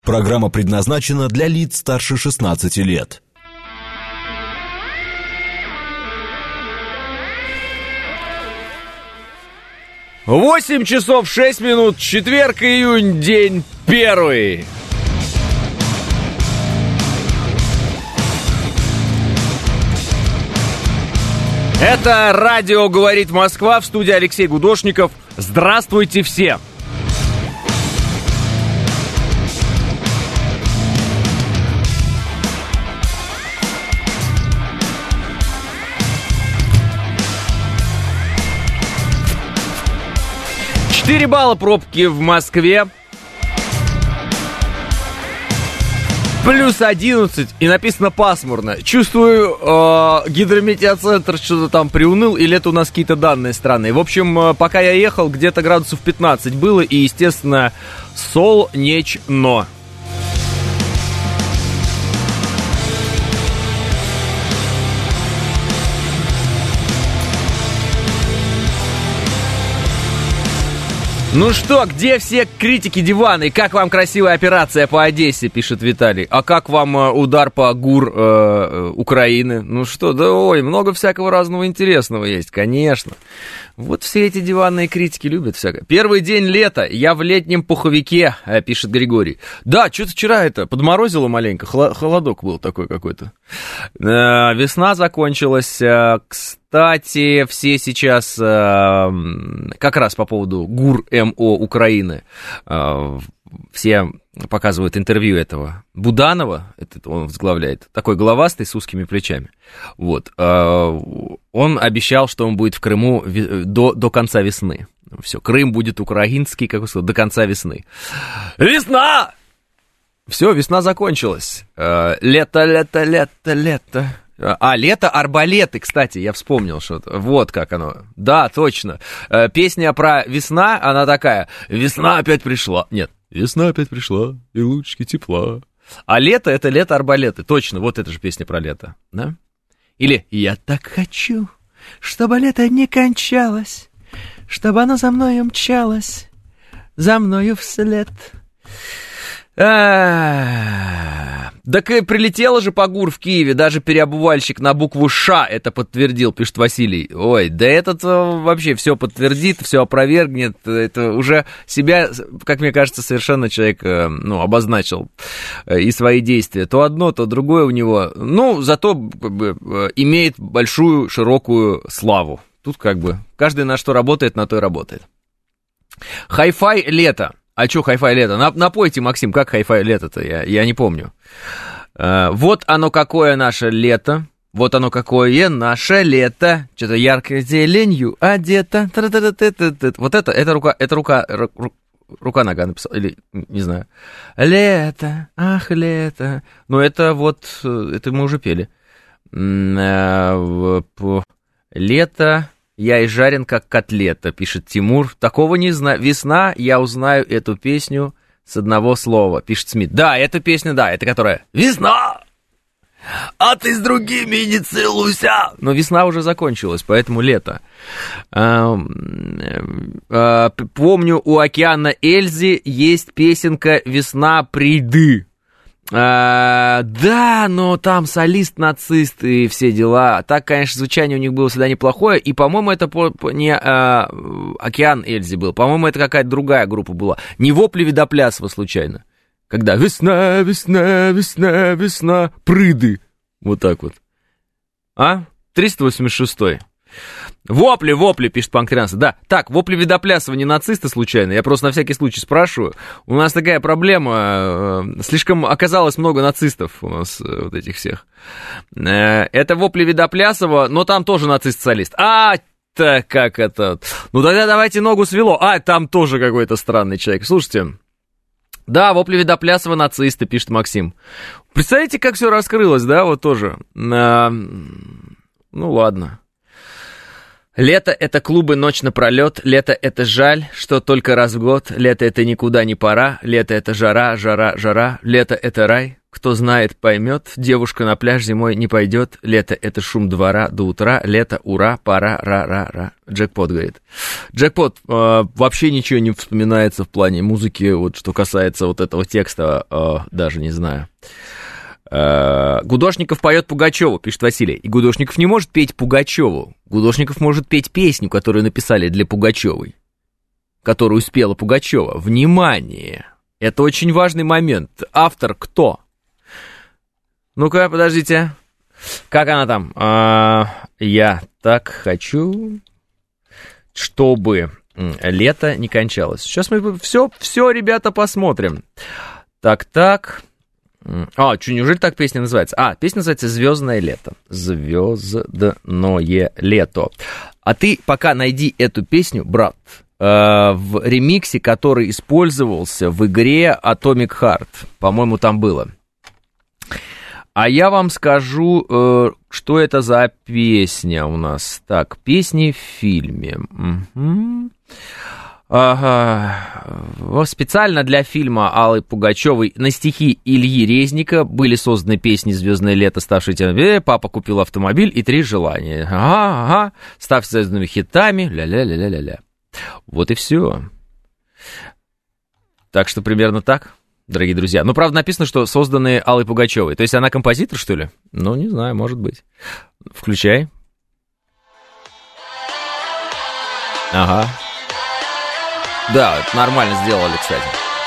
Программа предназначена для лиц старше 16 лет. Восемь часов 6 минут, четверг, июнь, день первый. Это радио «Говорит Москва», в студии Алексей Гудошников. Здравствуйте все! Четыре балла пробки в Москве. Плюс 11, и написано пасмурно. Чувствую, гидрометеоцентр что-то там приуныл, или это у нас какие-то данные странные. В общем, пока я ехал, где-то градусов 15 было, и, естественно, солнечно. Ну что, где все критики дивана? И как вам красивая операция по Одессе, пишет Виталий. А как вам удар по ГУР Украины? Ну что, да ой, много всякого разного интересного есть, конечно. Вот все эти диванные критики любят всякое. Первый день лета, я в летнем пуховике, пишет Григорий. Да, что-то вчера это подморозило маленько, холодок был такой какой-то. Весна закончилась, кстати, все сейчас, как раз по поводу ГУР МО Украины, все показывают интервью этого Буданова, это он возглавляет, такой головастый с узкими плечами. Вот. Он обещал, что он будет в Крыму до конца весны. Все, Крым будет украинский, как он сказал, до конца весны. Весна! Все, весна закончилась. Лето. А, лето арбалеты, кстати, я вспомнил что-то. Вот как оно. Да, точно. Песня про весна, она такая. Весна опять пришла. Нет. Весна опять пришла, и лучики тепла. А лето — это лето арбалеты. Точно, вот эта же песня про лето. Да? Или «Я так хочу, чтобы лето не кончалось, чтобы оно за мною мчалось, за мною вслед». Так и прилетело же по ГУР в Киеве, даже переобувальщик на букву «Ш» это подтвердил, пишет Василий. Ой, да этот вообще все подтвердит, все опровергнет, это уже себя, как мне кажется, совершенно человек, обозначил и свои действия. То одно, то другое у него, зато как бы имеет большую, широкую славу. Тут как бы каждый на что работает, на то и работает. Хай-фай лето. А что хай-фай лето? Напойте, Максим, как хай-фай лето-то? Я не помню. Вот оно какое наше лето. Вот оно какое наше лето. Что-то яркой зеленью одето. Вот это рука-нога написала. Или, не знаю. Лето, ах, лето. Это мы уже пели. Лето... Я и жарен, как котлета, пишет Тимур. Такого не знаю. Весна, я узнаю эту песню с одного слова, пишет Смит. Да, эта песня, да, это которая «Весна! А ты с другими не целуйся!» Но весна уже закончилась, поэтому лето. Помню, у Океана Эльзы есть песенка «Весна, приды». Да, но там солист нацист и все дела. Так, конечно, звучание у них было всегда неплохое. И, по-моему, это не Океан Эльзи был. По-моему, это какая-то другая группа была. Не Вопли Видоплясова случайно. Когда весна, весна, весна, весна, прыды. Вот так вот. 386-й. Вопли, пишет Панкрианс. Да, так, Вопли Видоплясова не нацисты случайно? Я просто на всякий случай спрашиваю. У нас такая проблема. Слишком оказалось много нацистов у нас вот этих всех. Это Вопли Видоплясова, но там тоже нацист-солист. Так как это... тогда давайте ногу свело. Там тоже какой-то странный человек. Слушайте... Да, Вопли Видоплясова нацисты, пишет Максим. Представляете, как все раскрылось, да, вот тоже. Ладно. Лето — это клубы ночь напролет, лето — это жаль, что только раз в год, лето — это никуда не пора, лето — это жара, жара, жара, лето — это рай. Кто знает, поймет. Девушка на пляж зимой не пойдет. Лето — это шум двора до утра. Лето, ура, пора, ра-ра-ра. Джекпот говорит. Джекпот, вообще ничего не вспоминается в плане музыки, вот что касается вот этого текста, даже не знаю. Гудошников поет Пугачеву, пишет Василий. И Гудошников не может петь Пугачеву. Гудошников может петь песню, которую написали для Пугачевой, которую спела Пугачева. Внимание! Это очень важный момент. Автор кто? Ну-ка, подождите. Как она там? Я так хочу, чтобы лето не кончалось. Сейчас мы все, ребята, посмотрим. Так. Что, неужели так песня называется? Песня называется «Звездное лето». «Звездное лето». А ты пока найди эту песню, брат, в ремиксе, который использовался в игре Atomic Heart. По-моему, там было. А я вам скажу, что это за песня у нас. Так, песни в фильме. Специально для фильма Аллы Пугачевой на стихи Ильи Резника были созданы песни «Звездное лето», ставшие тем, «Папа купил автомобиль» и «Три желания». Ага, став звездными хитами, ля-ля-ля-ля-ля. Вот и все. Так что примерно так, дорогие друзья. Ну, правда, написано, что созданы Аллой Пугачевой. То есть она композитор, что ли? Ну, не знаю, может быть. Включай. Ага. Да, нормально сделали, кстати.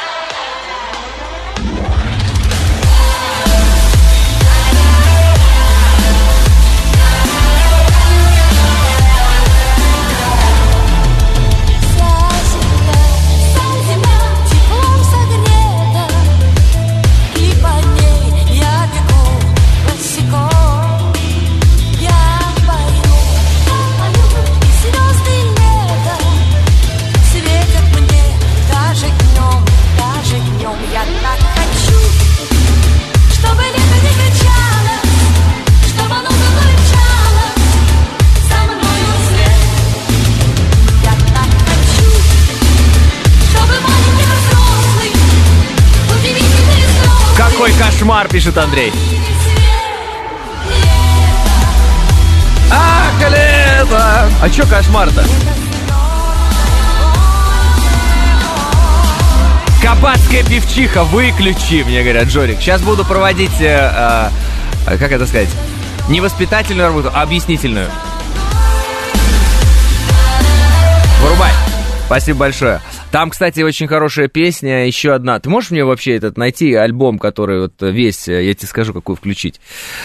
Какой кошмар, пишет Андрей. Лето! А чё кошмар-то? Кабацкая певчиха, выключи, мне говорят, Жорик. Сейчас буду проводить, как это сказать, не воспитательную работу, а объяснительную. Вырубай. Спасибо большое. Там, кстати, очень хорошая песня, еще одна. Ты можешь мне вообще найти альбом, который вот весь, я тебе скажу, какой включить?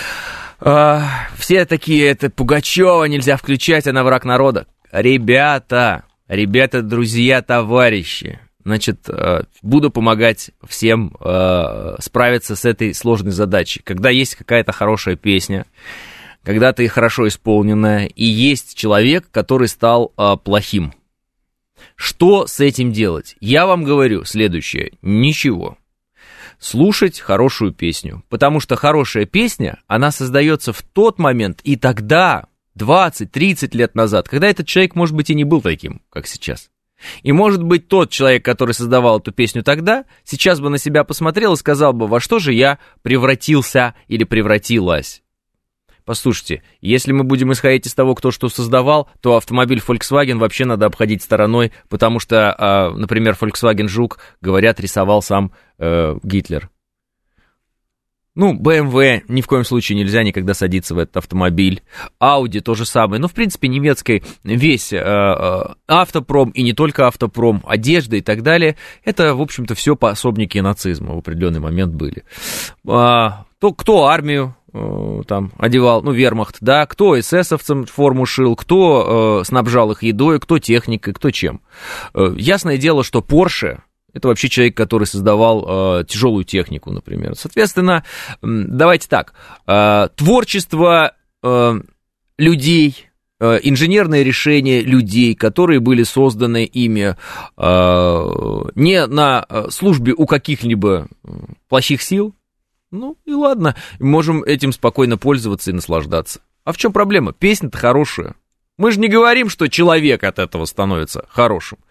Все такие, это Пугачева нельзя включать, она враг народа. Ребята, друзья, товарищи, значит, буду помогать всем справиться с этой сложной задачей. Когда есть какая-то хорошая песня, когда ты хорошо исполненная, и есть человек, который стал плохим. Что с этим делать? Я вам говорю следующее. Ничего. Слушать хорошую песню. Потому что хорошая песня, она создается в тот момент и тогда, 20-30 лет назад, когда этот человек, может быть, и не был таким, как сейчас. И, может быть, тот человек, который создавал эту песню тогда, сейчас бы на себя посмотрел и сказал бы, во что же я превратился или превратилась. Послушайте, если мы будем исходить из того, кто что создавал, то автомобиль Volkswagen вообще надо обходить стороной, потому что, например, Volkswagen Жук, говорят, рисовал сам Гитлер. Ну, BMW ни в коем случае нельзя никогда садиться в этот автомобиль. Audi то же самое. Ну, в принципе, немецкий весь автопром, и не только автопром, одежда и так далее, это, в общем-то, все пособники нацизма в определенный момент были. Кто армию там одевал, ну, вермахт, да, кто эсэсовцам форму шил, кто снабжал их едой, кто техникой, кто чем. Ясное дело, что Porsche — это вообще человек, который создавал тяжелую технику, например. Соответственно, давайте так, творчество людей, инженерные решения людей, которые были созданы ими не на службе у каких-либо плохих сил. Ну и ладно, можем этим спокойно пользоваться и наслаждаться. А в чем проблема? Песня-то хорошая. Мы же не говорим, что человек от этого становится хорошим.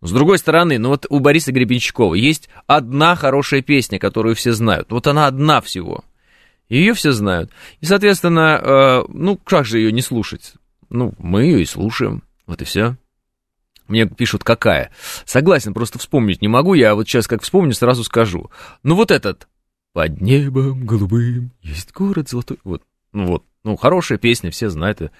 С другой стороны, ну вот у Бориса Гребенщикова есть одна хорошая песня, которую все знают. Вот она одна всего. Ее все знают. И, соответственно, ну, как же ее не слушать? Ну, мы ее и слушаем. Вот и все. Мне пишут, какая. Согласен, просто вспомнить не могу. Я вот сейчас как вспомню, сразу скажу. Ну, вот этот. Под небом голубым есть город золотой. Вот, ну, хорошая песня, все знают.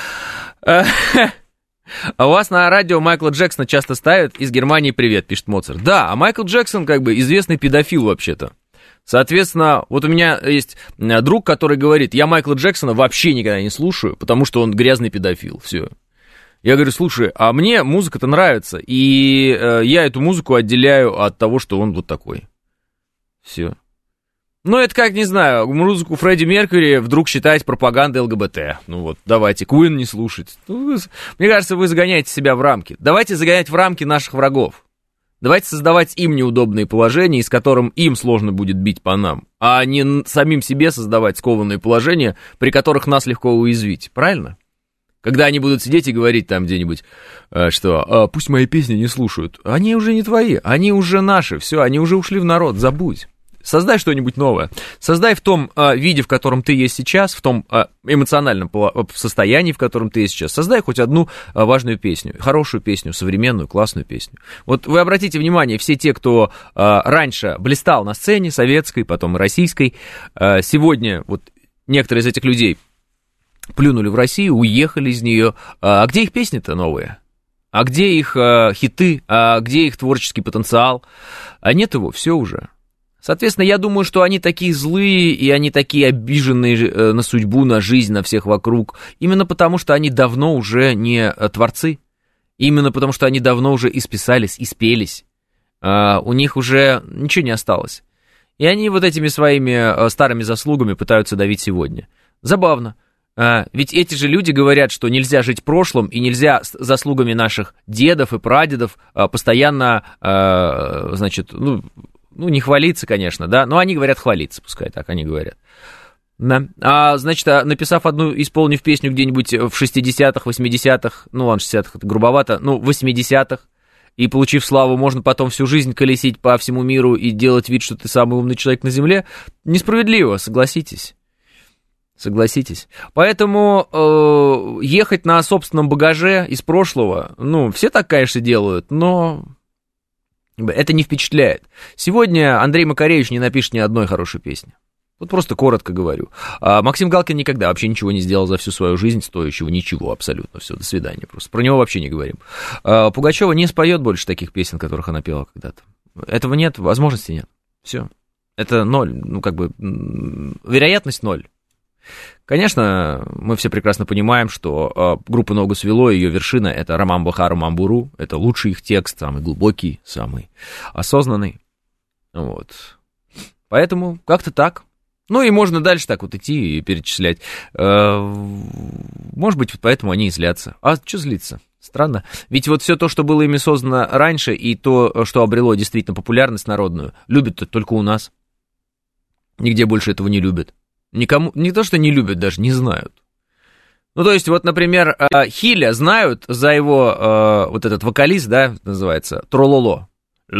А у вас на радио Майкла Джексона часто ставят «Из Германии привет», пишет Моцарт. Да, а Майкл Джексон как бы известный педофил вообще-то. Соответственно, вот у меня есть друг, который говорит, я Майкла Джексона вообще никогда не слушаю, потому что он грязный педофил, все. Я говорю, слушай, а мне музыка-то нравится, и я эту музыку отделяю от того, что он вот такой. Все. Ну, это как, не знаю, музыку Фредди Меркьюри вдруг считать пропагандой ЛГБТ. Ну вот, давайте, Queen не слушать. Ну, мне кажется, вы загоняете себя в рамки. Давайте загонять в рамки наших врагов. Давайте создавать им неудобные положения, из которых им сложно будет бить по нам, а не самим себе создавать скованные положения, при которых нас легко уязвить. Правильно? Когда они будут сидеть и говорить там где-нибудь, что пусть мои песни не слушают. Они уже не твои, они уже наши, все, они уже ушли в народ, забудь. Создай что-нибудь новое. Создай в том виде, в котором ты есть сейчас, в том эмоциональном состоянии, в котором ты есть сейчас. Создай хоть одну важную песню, хорошую песню, современную, классную песню. Вот вы обратите внимание, все те, кто раньше блистал на сцене советской, потом российской, сегодня вот некоторые из этих людей плюнули в Россию, уехали из нее. А где их песни-то новые? А где их хиты? А где их творческий потенциал? А нет его, все уже. Соответственно, я думаю, что они такие злые, и они такие обиженные на судьбу, на жизнь, на всех вокруг, именно потому, что они давно уже не творцы, именно потому, что они давно уже исписались, испелись, у них уже ничего не осталось. И они вот этими своими старыми заслугами пытаются давить сегодня. Забавно. Ведь эти же люди говорят, что нельзя жить прошлым, и нельзя с заслугами наших дедов и прадедов постоянно, значит, ну, не хвалиться, конечно, да, но они говорят хвалиться, пускай так они говорят. Да. Значит, написав одну, исполнив песню где-нибудь в 60-х, 80-х, ну, ладно, 60-х это грубовато, ну, в 80-х, и получив славу, можно потом всю жизнь колесить по всему миру и делать вид, что ты самый умный человек на земле, несправедливо, согласитесь. Согласитесь. Поэтому ехать на собственном багаже из прошлого, ну, все так, конечно, делают, но это не впечатляет. Сегодня Андрей Макаревич не напишет ни одной хорошей песни. Вот просто коротко говорю. Максим Галкин никогда вообще ничего не сделал за всю свою жизнь, стоящего ничего абсолютно. Все, до свидания просто. Про него вообще не говорим. Пугачева не споет больше таких песен, которых она пела когда-то. Этого нет, возможности нет. Все. Это ноль. Ну, как бы, вероятность ноль. Конечно, мы все прекрасно понимаем, что группа «Ногу свело», ее вершина — это «Роман Баха, Роман Буру». Это лучший их текст, самый глубокий, самый осознанный. Вот. Поэтому как-то так. Ну и можно дальше так вот идти и перечислять. Может быть, поэтому они и злятся. А что злиться? Странно. Ведь вот все то, что было ими создано раньше, и то, что обрело действительно популярность народную, любят только у нас. Нигде больше этого не любят. Никому, не то, что не любят, даже не знают. Ну, то есть, вот, например, Хиля знают за его, вот этот вокалист, да, называется, Трололо.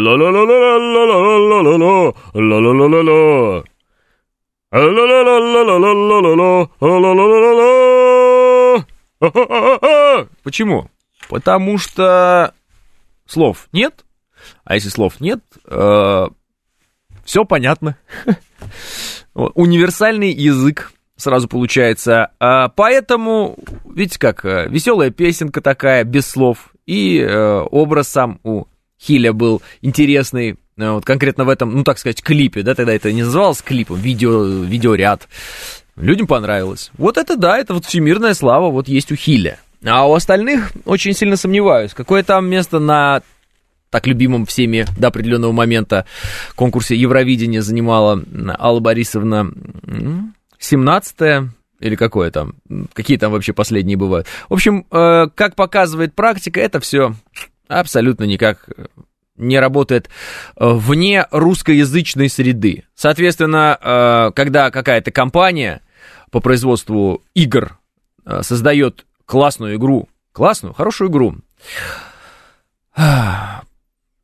Почему? Потому что слов нет, а если слов нет, все понятно. Универсальный язык сразу получается. Поэтому, видите как, веселая песенка такая, без слов. И образ сам у Хиля был интересный. Вот конкретно в этом, ну так сказать, клипе, да, тогда это не называлось клипом, видеоряд. Людям понравилось. Вот это да, это вот всемирная слава вот есть у Хиля. А у остальных очень сильно сомневаюсь. Какое там место на так любимом всеми до определенного момента конкурсе Евровидения занимала Алла Борисовна 17-е или какое там, какие там вообще последние бывают. В общем, как показывает практика, это все абсолютно никак не работает вне русскоязычной среды. Соответственно, когда какая-то компания по производству игр создает классную игру, хорошую игру,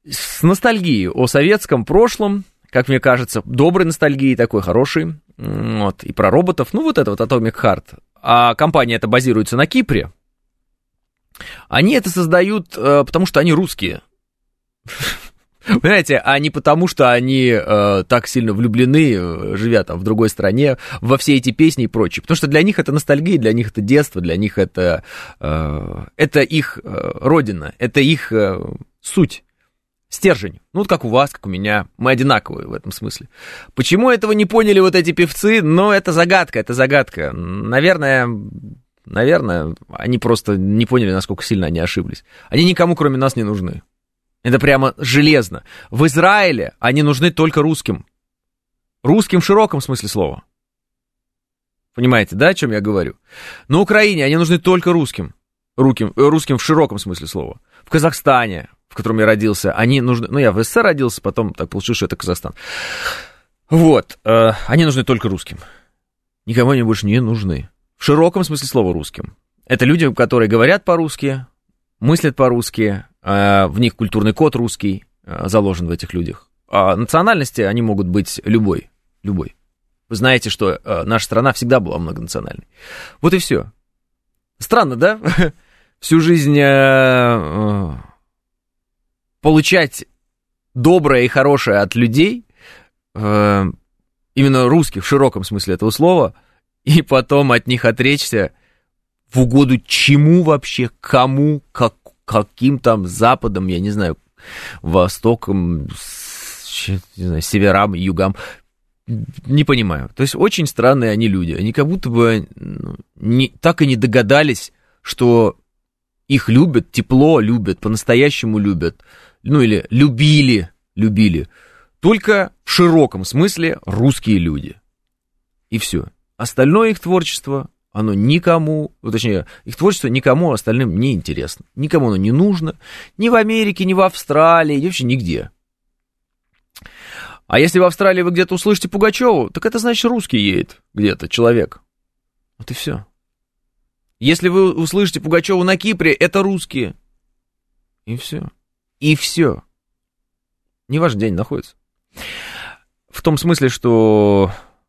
с ностальгией о советском прошлом, как мне кажется, доброй ностальгией такой, хорошей, вот, и про роботов, ну, вот это вот Atomic Heart, а компания эта базируется на Кипре, они это создают, потому что они русские. Понимаете, а не потому, что они так сильно влюблены, живя там в другой стране, во все эти песни и прочее. Потому что для них это ностальгия, для них это детство, для них это их родина, это их суть, стержень. Ну, вот как у вас, как у меня. Мы одинаковые в этом смысле. Почему этого не поняли вот эти певцы? Ну, это загадка, это загадка. Наверное, они просто не поняли, насколько сильно они ошиблись. Они никому, кроме нас, не нужны. Это прямо железно. В Израиле они нужны только русским. Русским в широком смысле слова. Понимаете, да, о чем я говорю? На Украине они нужны только русским. Русским в широком смысле слова. В Казахстане, в котором я родился, они нужны... Ну, я в СССР родился, потом так получилось, что это Казахстан. Вот. Они нужны только русским. Никому они больше не нужны. В широком смысле слова русским. Это люди, которые говорят по-русски, мыслят по-русски, в них культурный код русский заложен в этих людях. А национальности они могут быть любой. Вы знаете, что наша страна всегда была многонациональной. Вот и все. Странно, да? Всю жизнь получать доброе и хорошее от людей, именно русских в широком смысле этого слова, и потом от них отречься в угоду чему вообще, кому, каким там западом, я не знаю, востоком, не знаю, северам, югам, не понимаю. То есть очень странные они люди, они как будто бы так и не догадались, что их любят, тепло любят, по-настоящему любят, ну или любили, только в широком смысле русские люди. И все. Остальное их творчество... Оно никому, точнее, их творчество никому остальным не интересно. Никому оно не нужно. Ни в Америке, ни в Австралии, ни вообще нигде. А если в Австралии вы где-то услышите Пугачеву, так это значит русский едет где-то, человек. Вот и все. Если вы услышите Пугачеву на Кипре, это русские. И все. И все. Неважно, где они находятся. В том смысле, что...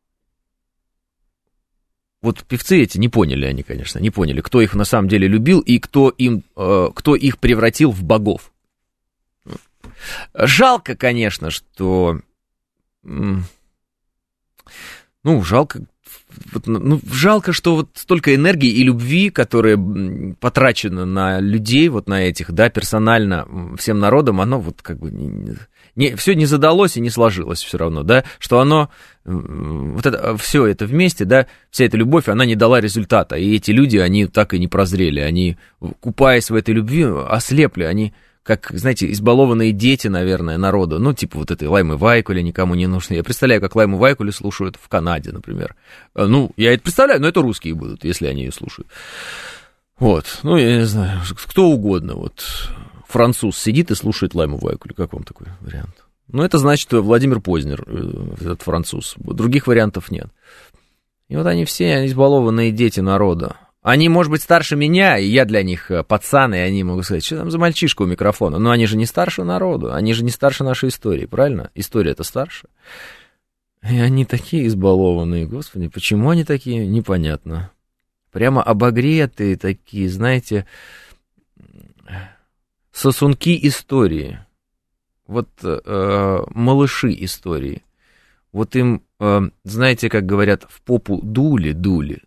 Вот певцы эти не поняли они, конечно, не поняли, кто их на самом деле любил и кто их превратил в богов. Жалко, конечно, что... Жалко, что вот столько энергии и любви, которые потрачено на людей, вот на этих, да, персонально всем народам, оно вот как бы все не задалось и не сложилось все равно, да, что оно, вот это, все это вместе, да, вся эта любовь, она не дала результата, и эти люди, они так и не прозрели, они, купаясь в этой любви, ослепли, они... как, знаете, избалованные дети, наверное, народа. Ну, типа вот этой Лаймы Вайкуле никому не нужны. Я представляю, как Лайму Вайкуле слушают в Канаде, например. Ну, я это представляю, но это русские будут, если они ее слушают. Вот, ну, я не знаю, кто угодно. Вот француз сидит и слушает Лайму Вайкуле. Как вам такой вариант? Ну, это значит, что Владимир Познер, этот француз. Других вариантов нет. И вот они все избалованные дети народа. Они, может быть, старше меня, и я для них пацан, и они могут сказать, что там за мальчишка у микрофона. Но они же не старше народу, они же не старше нашей истории, правильно? История-то старше. И они такие избалованные, господи, почему они такие, непонятно. Прямо обогретые такие, знаете, сосунки истории. Вот малыши истории. Вот им, знаете, как говорят, в попу дули.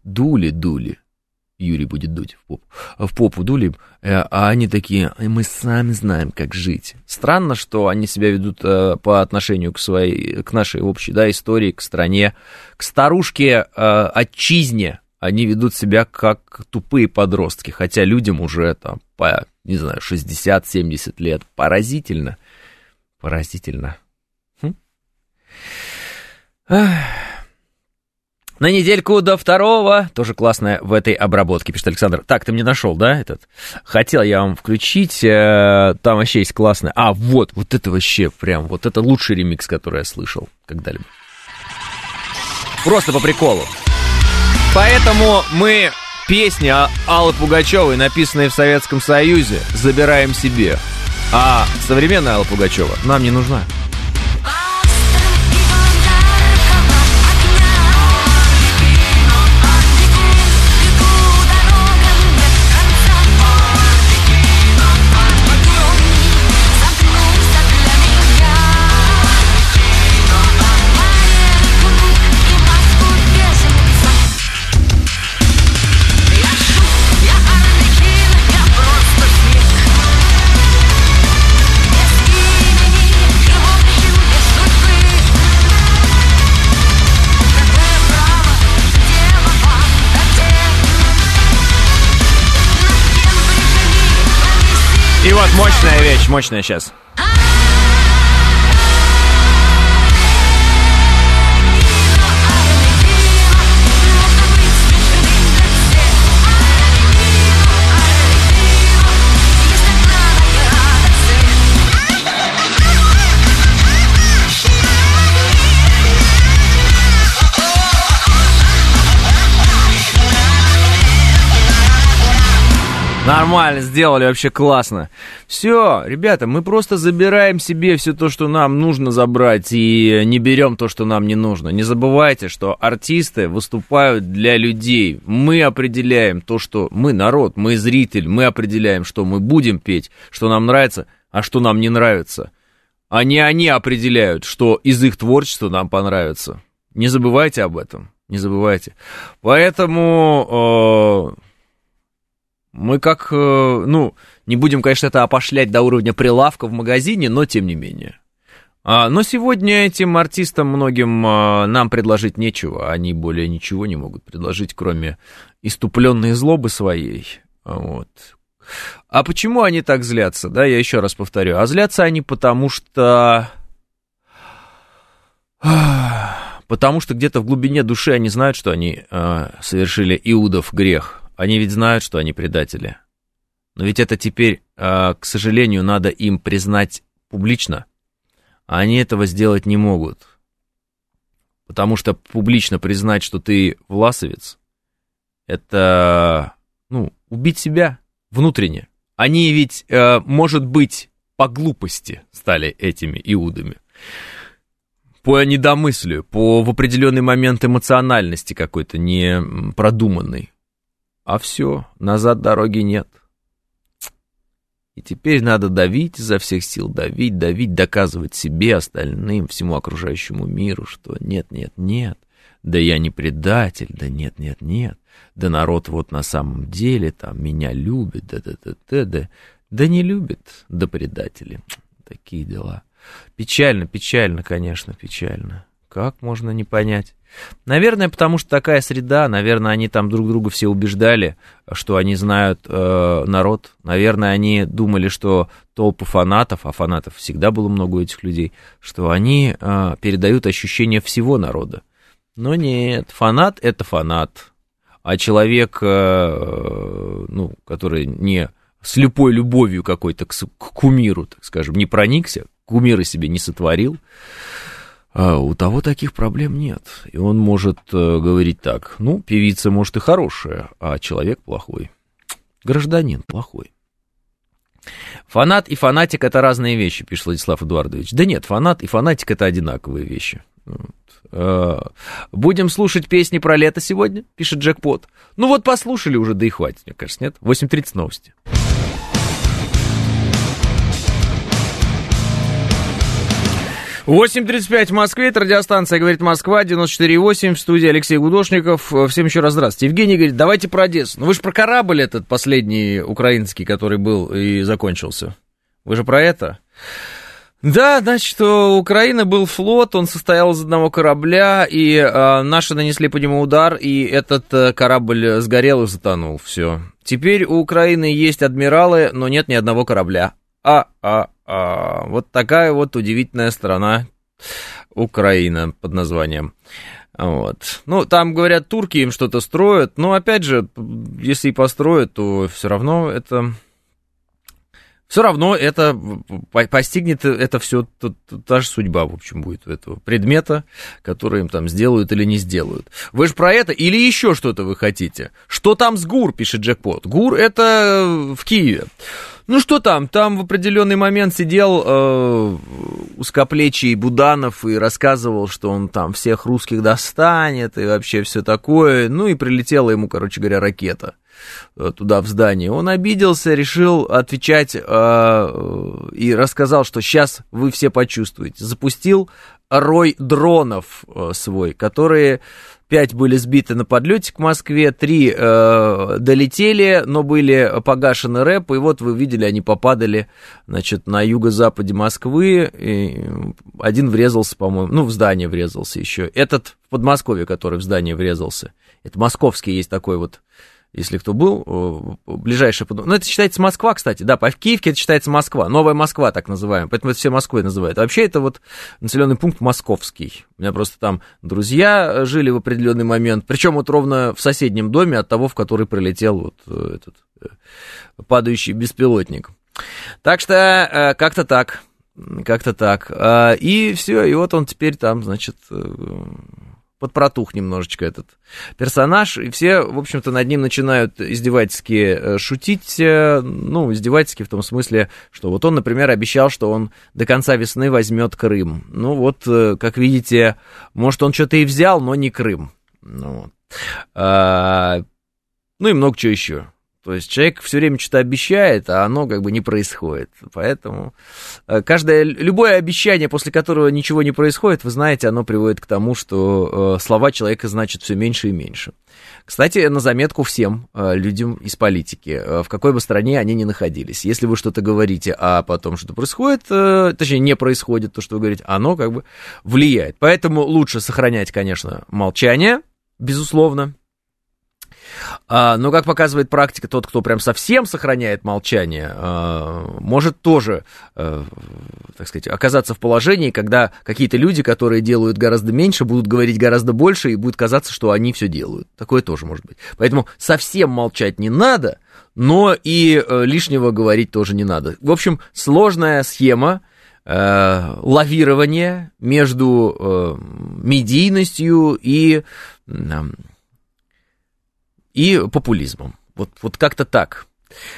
Юрий будет дуть в попу дули, а они такие, мы сами знаем, как жить. Странно, что они себя ведут по отношению к нашей общей, да, истории, к стране, к старушке отчизне. Они ведут себя как тупые подростки, хотя людям уже там по, не знаю, 60-70 лет. Поразительно. На недельку до 2, тоже классная в этой обработке, пишет Александр. Так, ты мне нашел, да, этот? Хотел я вам включить, там вообще есть классная. А, вот это вообще прям, вот это лучший ремикс, который я слышал когда-либо. Просто по приколу. Поэтому мы песни Аллы Пугачевой, написанные в Советском Союзе, забираем себе. А современная Алла Пугачева нам не нужна. И вот мощная вещь, мощная сейчас. Нормально сделали, вообще классно. Все, ребята, мы просто забираем себе все то, что нам нужно забрать, и не берем то, что нам не нужно. Не забывайте, что артисты выступают для людей. Мы определяем то, что мы народ, мы зритель, мы определяем, что мы будем петь, что нам нравится, а что нам не нравится. А не они определяют, что из их творчества нам понравится. Не забывайте об этом, не забывайте. Поэтому... Мы как, не будем, конечно, это опошлять до уровня прилавка в магазине, но тем не менее. Но сегодня этим артистам многим нам предложить нечего. Они более ничего не могут предложить, кроме иступленной злобы своей. Вот. А почему они так злятся? Да, я еще раз повторю. А злятся они потому что где-то в глубине души они знают, что они совершили Иудов грех. Они ведь знают, что они предатели. Но ведь это теперь, к сожалению, надо им признать публично. А они этого сделать не могут. Потому что публично признать, что ты власовец, это, убить себя внутренне. Они ведь, может быть, по глупости стали этими иудами. По недомыслию, в определенный момент эмоциональности какой-то непродуманной. А все, назад дороги нет. И теперь надо давить изо всех сил, давить, доказывать себе, остальным, всему окружающему миру, что нет, да я не предатель, да нет, да народ вот на самом деле там меня любит, да не любит, да предатели. Такие дела. Печально, конечно, печально. Как можно не понять? Наверное, потому что такая среда, наверное, они там друг друга все убеждали, что они знают народ. Наверное, они думали, что толпы фанатов, а фанатов всегда было много у этих людей, что они передают ощущение всего народа. Но нет, фанат — это фанат. А человек, который не слепой любовью какой-то к кумиру, так скажем, не проникся, кумира себе не сотворил, у того таких проблем нет. И он может говорить так: певица, может, и хорошая, а человек плохой. Гражданин плохой. Фанат и фанатик — это разные вещи, пишет Владислав Эдуардович. Да нет, фанат и фанатик — это одинаковые вещи. Будем слушать песни про лето сегодня, пишет Джекпот. Послушали уже, да и хватит, мне кажется, нет? 8:30 новости. 8:35 в Москве, это радиостанция «Говорит Москва», 94,8, в студии Алексей Гудошников. Всем еще раз здравствуйте. Евгений говорит, давайте про Одессу. Вы же про корабль этот последний украинский, который был и закончился. Вы же про это? Да, значит, у Украины был флот, он состоял из одного корабля, и наши нанесли по нему удар, и этот корабль сгорел и затонул. Все. Теперь у Украины есть адмиралы, но нет ни одного корабля. Вот такая вот удивительная страна Украина под названием. Вот. Там, говорят, турки им что-то строят, но, опять же, если и построят, то все равно это постигнет это все, та же судьба, в общем, будет у этого предмета, который им там сделают или не сделают. Вы же про это или еще что-то вы хотите? Что там с ГУР, пишет Джекпот. ГУР — это в Киеве. Ну что там в определенный момент сидел узкоплечий Буданов и рассказывал, что он там всех русских достанет и вообще все такое. Ну и прилетела ему, короче говоря, ракета туда, в здание. Он обиделся, решил отвечать и рассказал, что сейчас вы все почувствуете. Запустил рой дронов свой, которые 5 были сбиты на подлете к Москве, 3 долетели, но были погашены рэп, и вот вы видели, они попадали, значит, на юго-западе Москвы, и один врезался, по-моему, в здание врезался еще. Этот в Подмосковье, который в здание врезался, это московский есть такой вот, если кто был, ближайший... Ну, это считается Москва, кстати, да, в Киевке это считается Москва, Новая Москва, так называемая, поэтому это все Москвой называют. А вообще это вот населенный пункт московский. У меня просто там друзья жили в определенный момент, причем вот ровно в соседнем доме от того, в который прилетел вот этот падающий беспилотник. Так что как-то так. И все, и вот он теперь там, значит... подпротух немножечко этот персонаж, и все, в общем-то, над ним начинают издевательски шутить, издевательски в том смысле, что вот он, например, обещал, что он до конца весны возьмет Крым. Ну вот, как видите, может, он что-то и взял, но не Крым. Ну и много чего еще. То есть человек все время что-то обещает, а оно как бы не происходит. Поэтому любое обещание, после которого ничего не происходит, вы знаете, оно приводит к тому, что слова человека значат все меньше и меньше. Кстати, на заметку всем людям из политики, в какой бы стране они ни находились. Если вы что-то говорите, а потом что-то происходит, точнее, не происходит то, что вы говорите, оно как бы влияет. Поэтому лучше сохранять, конечно, молчание, безусловно. Но, как показывает практика, тот, кто прям совсем сохраняет молчание, может тоже, так сказать, оказаться в положении, когда какие-то люди, которые делают гораздо меньше, будут говорить гораздо больше, и будет казаться, что они все делают. Такое тоже может быть. Поэтому совсем молчать не надо, но и лишнего говорить тоже не надо. В общем, сложная схема лавирования между медийностью и популизмом. Вот как-то так.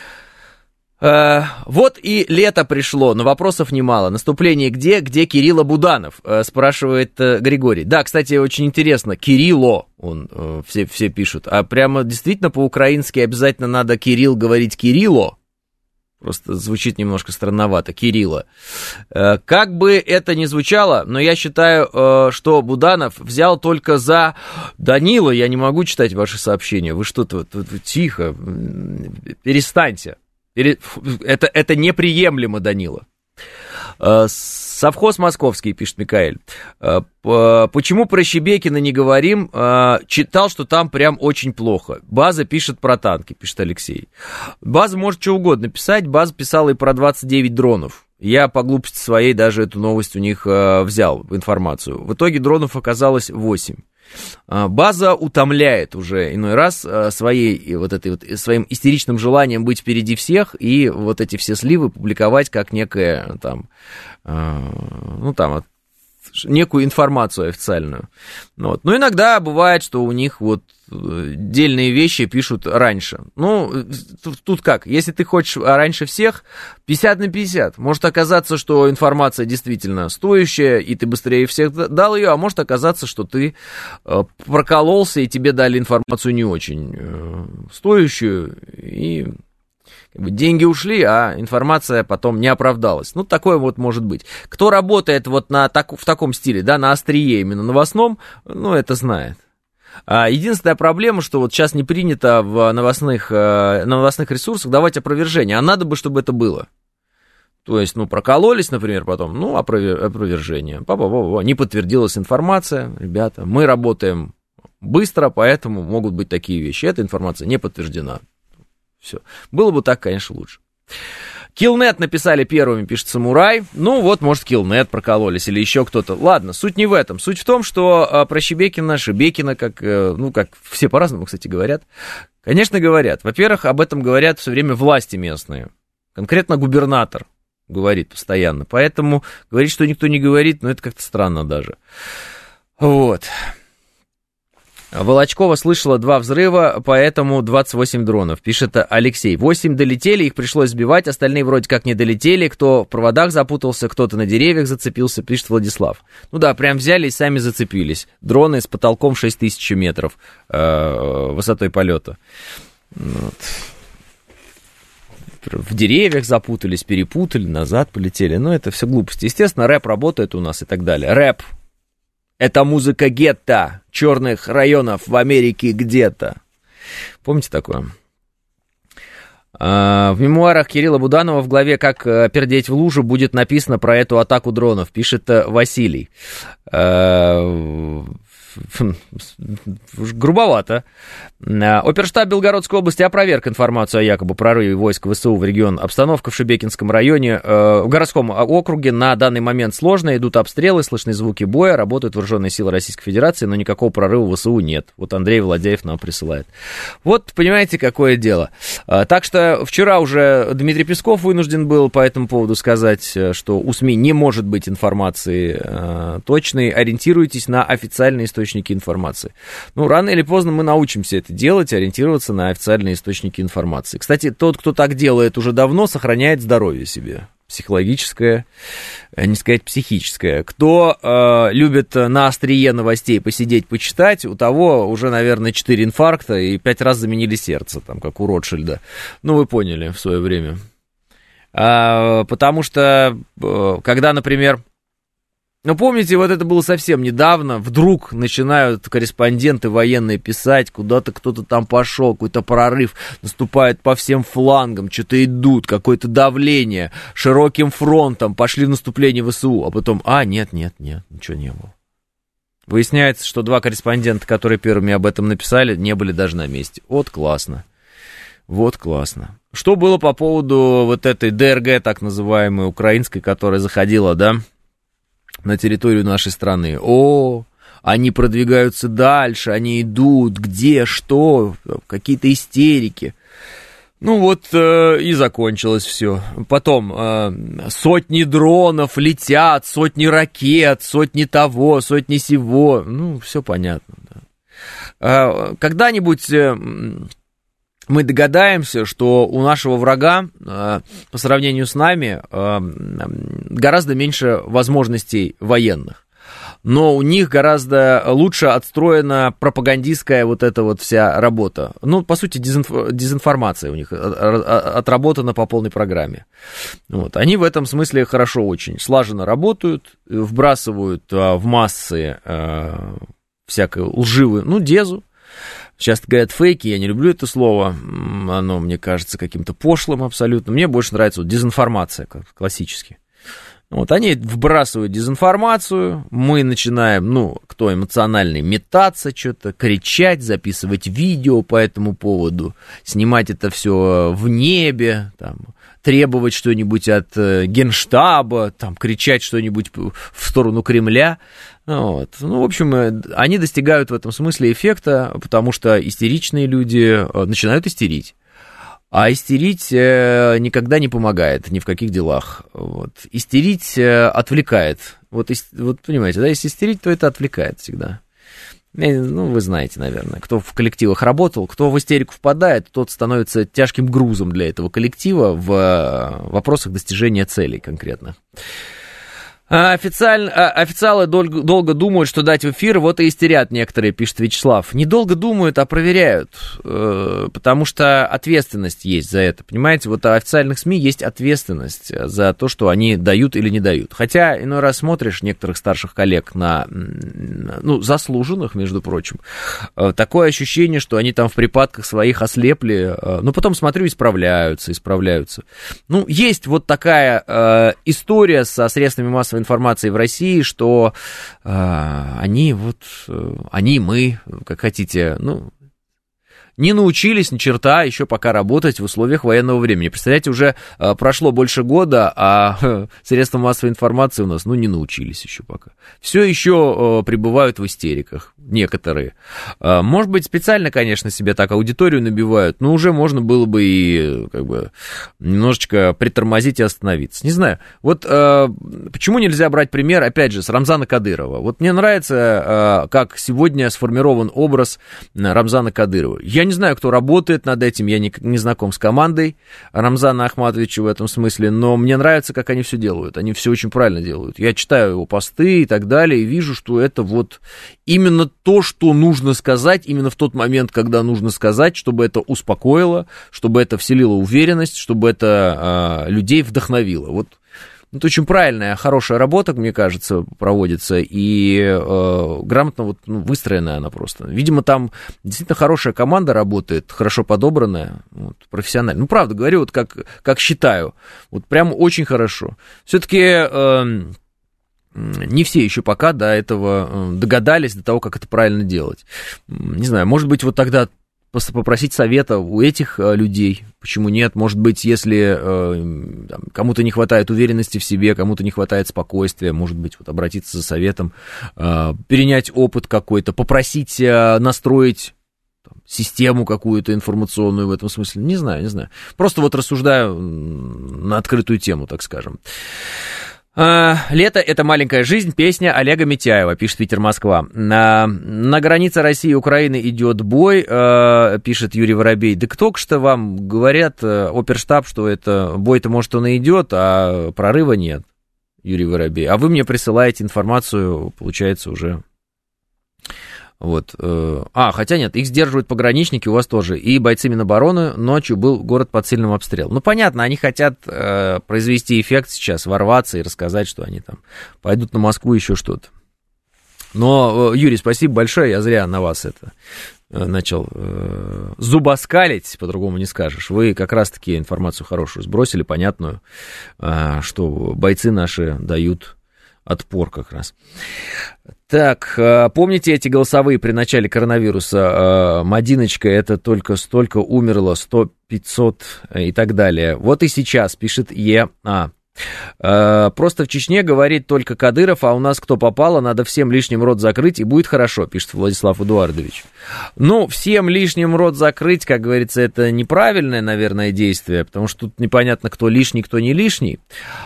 Вот и лето пришло, но вопросов немало. Наступление где? Где Кирилла Буданов? Спрашивает Григорий. Да, кстати, очень интересно. Кирилло, все пишут. А прямо действительно по-украински обязательно надо Кирилл говорить Кирилло. Просто звучит немножко странновато. Кирилла. Как бы это ни звучало, но я считаю, что Буданов взял только за... Данила, я не могу читать ваши сообщения. Вы что-то... Тихо. Перестаньте. Это неприемлемо, Данила. Совхоз московский, пишет Микаэль. Почему про Шебекина не говорим? Читал, что там прям очень плохо. База пишет про танки, пишет Алексей. База может что угодно писать. База писала и про 29 дронов. Я по глупости своей даже эту новость у них взял, информацию. В итоге дронов оказалось 8. База утомляет уже иной раз своим истеричным желанием быть впереди всех и вот эти все сливы публиковать как некое некую информацию официальную. Вот. Но иногда бывает, что у них вот дельные вещи пишут раньше. Ну, тут как, если ты хочешь раньше всех, 50 на 50. Может оказаться, что информация действительно стоящая, и ты быстрее всех дал ее, а может оказаться, что ты прокололся, и тебе дали информацию не очень стоящую, и... деньги ушли, а информация потом не оправдалась. Ну, такое вот может быть. Кто работает вот в таком стиле, да, на острие именно новостном, это знает. Единственная проблема, что вот сейчас не принято в новостных ресурсах давать опровержение, а надо бы, чтобы это было. То есть, прокололись, например, потом, опровержение. Не подтвердилась информация, ребята, мы работаем быстро, поэтому могут быть такие вещи. Эта информация не подтверждена. Все. Было бы так, конечно, лучше. Киллнет написали первыми, пишет Самурай. Может, Киллнет прокололись или еще кто-то. Ладно, суть не в этом. Суть в том, что про Шебекина, как все по-разному, кстати, говорят. Конечно, говорят. Во-первых, об этом говорят все время власти местные. Конкретно губернатор говорит постоянно. Поэтому говорить, что никто не говорит, это как-то странно даже. Вот. Волочкова слышала 2 взрыва, поэтому 28 дронов, пишет Алексей. 8 долетели, их пришлось сбивать, остальные вроде как не долетели. Кто в проводах запутался, кто-то на деревьях зацепился, пишет Владислав. Ну да, прям взяли и сами зацепились. Дроны с потолком 6000 метров высотой полета. Вот. В деревьях запутались, перепутали, назад полетели. Ну, это все глупости. Естественно, рэп работает у нас и так далее. Рэп. Это музыка гетто, черных районов в Америке где-то. Помните такое? В мемуарах Кирилла Буданова в главе «Как пердеть в лужу» будет написано про эту атаку дронов, пишет Василий. Грубовато. Оперштаб Белгородской области опроверг информацию о якобы прорыве войск ВСУ в регион. Обстановка в Шебекинском районе, в городском округе на данный момент сложная. Идут обстрелы, слышны звуки боя, работают вооруженные силы Российской Федерации, но никакого прорыва ВСУ нет. Вот Андрей Владяев нам присылает. Вот, понимаете, какое дело. Так что вчера уже Дмитрий Песков вынужден был по этому поводу сказать, что у СМИ не может быть информации точной. Ориентируйтесь на официальные источники информации. Ну, рано или поздно мы научимся это делать, ориентироваться на официальные источники информации. Кстати, тот, кто так делает уже давно, сохраняет здоровье себе. Психологическое, не сказать психическое. Кто любит на острие новостей посидеть, почитать, у того уже, наверное, 4 инфаркта и 5 раз заменили сердце, там, как у Ротшильда. Ну, вы поняли в свое время. Потому что, когда, например, ну, помните, вот это было совсем недавно, вдруг начинают корреспонденты военные писать, куда-то кто-то там пошел, какой-то прорыв, наступает по всем флангам, что-то идут, какое-то давление, широким фронтом, пошли в наступление ВСУ, а потом, нет, ничего не было. Выясняется, что 2 корреспондента, которые первыми об этом написали, не были даже на месте. Вот классно. Вот классно. Что было по поводу вот этой ДРГ, так называемой, украинской, которая заходила, да, на территорию нашей страны? Они продвигаются дальше, они идут, где, что, какие-то истерики. Ну вот и закончилось все. Потом сотни дронов летят, сотни ракет, сотни того, сотни сего. Ну, все понятно. Да. Когда-нибудь мы догадаемся, что у нашего врага по сравнению с нами гораздо меньше возможностей военных. Но у них гораздо лучше отстроена пропагандистская вот эта вот вся работа. Ну, по сути, дезинформация у них отработана по полной программе. Вот. Они в этом смысле хорошо очень слаженно работают, вбрасывают в массы всякую лживую, дезу. Часто говорят фейки, я не люблю это слово, оно мне кажется каким-то пошлым абсолютно. Мне больше нравится дезинформация, классически. Вот они вбрасывают дезинформацию, мы начинаем, кто эмоциональный, метаться, что-то, кричать, записывать видео по этому поводу, снимать это все в небе, там, требовать что-нибудь от Генштаба, там, кричать что-нибудь в сторону Кремля. Вот. В общем, они достигают в этом смысле эффекта, потому что истеричные люди начинают истерить. А истерить никогда не помогает ни в каких делах. Вот. Истерить отвлекает. Вот понимаете, да, если истерить, то это отвлекает всегда. Вы знаете, наверное, кто в коллективах работал, кто в истерику впадает, тот становится тяжким грузом для этого коллектива в вопросах достижения целей конкретных. Официалы долго думают, что дать в эфир, вот и истерят некоторые, пишет Вячеслав. Недолго думают, а проверяют, потому что ответственность есть за это, понимаете? Вот у официальных СМИ есть ответственность за то, что они дают или не дают. Хотя иной раз смотришь некоторых старших коллег заслуженных, между прочим, такое ощущение, что они там в припадках своих ослепли, но потом смотрю, исправляются. Есть вот такая история со средствами массовой информации в России, что мы, как хотите, не научились ни черта еще пока работать в условиях военного времени. Представляете, уже прошло больше года, а средства массовой информации у нас, не научились еще пока. Все еще пребывают в истериках, некоторые. Может быть, специально, конечно, себе так аудиторию набивают, но уже можно было бы и немножечко притормозить и остановиться. Не знаю, вот почему нельзя брать пример, опять же, с Рамзана Кадырова? Вот мне нравится, как сегодня сформирован образ Рамзана Кадырова. Я не знаю, кто работает над этим, я не знаком с командой Рамзана Ахматовича в этом смысле, но мне нравится, как они все делают. Они все очень правильно делают. Я читаю его посты и так далее, и вижу, что это вот именно то, что нужно сказать, именно в тот момент, когда нужно сказать, чтобы это успокоило, чтобы это вселило уверенность, чтобы это людей вдохновило. Вот. Это очень правильная, хорошая работа, мне кажется, проводится, и грамотно выстроенная она просто. Видимо, там действительно хорошая команда работает, хорошо подобранная, профессионально. Правда, говорю, как считаю, прям очень хорошо. Все-таки не все еще пока до этого догадались, до того, как это правильно делать. Не знаю, может быть, тогда попросить совета у этих людей, почему нет? Может быть, если кому-то не хватает уверенности в себе, кому-то не хватает спокойствия, может быть, обратиться за советом, перенять опыт какой-то, попросить настроить систему какую-то информационную в этом смысле. Не знаю. Просто рассуждаю на открытую тему, так скажем. «Лето — это маленькая жизнь», песня Олега Митяева, пишет Питер, Москва. На границе России и Украины идет бой, пишет Юрий Воробей. Да кто что вам говорят, оперштаб, что это бой-то, может, он и идет, а прорыва нет, Юрий Воробей. А вы мне присылаете информацию, получается, уже... хотя нет, их сдерживают пограничники, у вас тоже. И бойцы Минобороны, ночью был город под сильным обстрелом. Понятно, они хотят произвести эффект сейчас, ворваться и рассказать, что они там пойдут на Москву, еще что-то. Но, Юрий, спасибо большое, я зря на вас это начал зубоскалить, по-другому не скажешь. Вы как раз-таки информацию хорошую сбросили, понятную, что бойцы наши дают отпор как раз. Так, помните эти голосовые при начале коронавируса? Мадиночка, это только столько умерло, 100, 500 и так далее. Вот и сейчас, пишет ЕА. Просто в Чечне говорит только Кадыров, а у нас кто попало, надо всем лишним рот закрыть, и будет хорошо, пишет Владислав Эдуардович. Всем лишним рот закрыть, как говорится, это неправильное, наверное, действие, потому что тут непонятно, кто лишний, кто не лишний.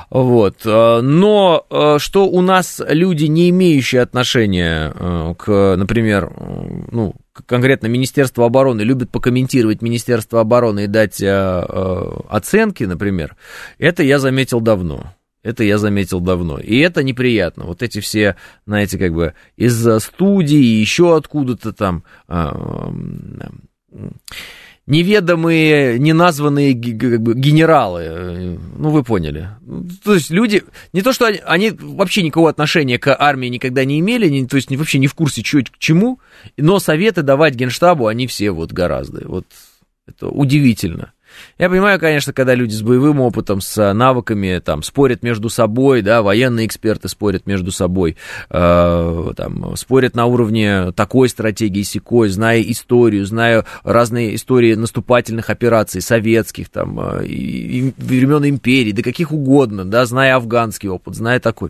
Но что у нас люди, не имеющие отношения к, например, конкретно Министерство обороны, любят покомментировать Министерство обороны и дать оценки, например, это я заметил давно. И это неприятно. Эти все, знаете, из студии, еще откуда-то там неведомые, неназванные генералы, вы поняли. То есть люди, не то что они вообще никакого отношения к армии никогда не имели, то есть вообще не в курсе, что к чему, но советы давать Генштабу они все гораздо. Это удивительно. Я понимаю, конечно, когда люди с боевым опытом, с навыками, спорят между собой, да, военные эксперты спорят между собой, спорят на уровне такой стратегии, сякой, зная историю, зная разные истории наступательных операций, советских, и времен империи, да каких угодно, да, зная афганский опыт, зная такой,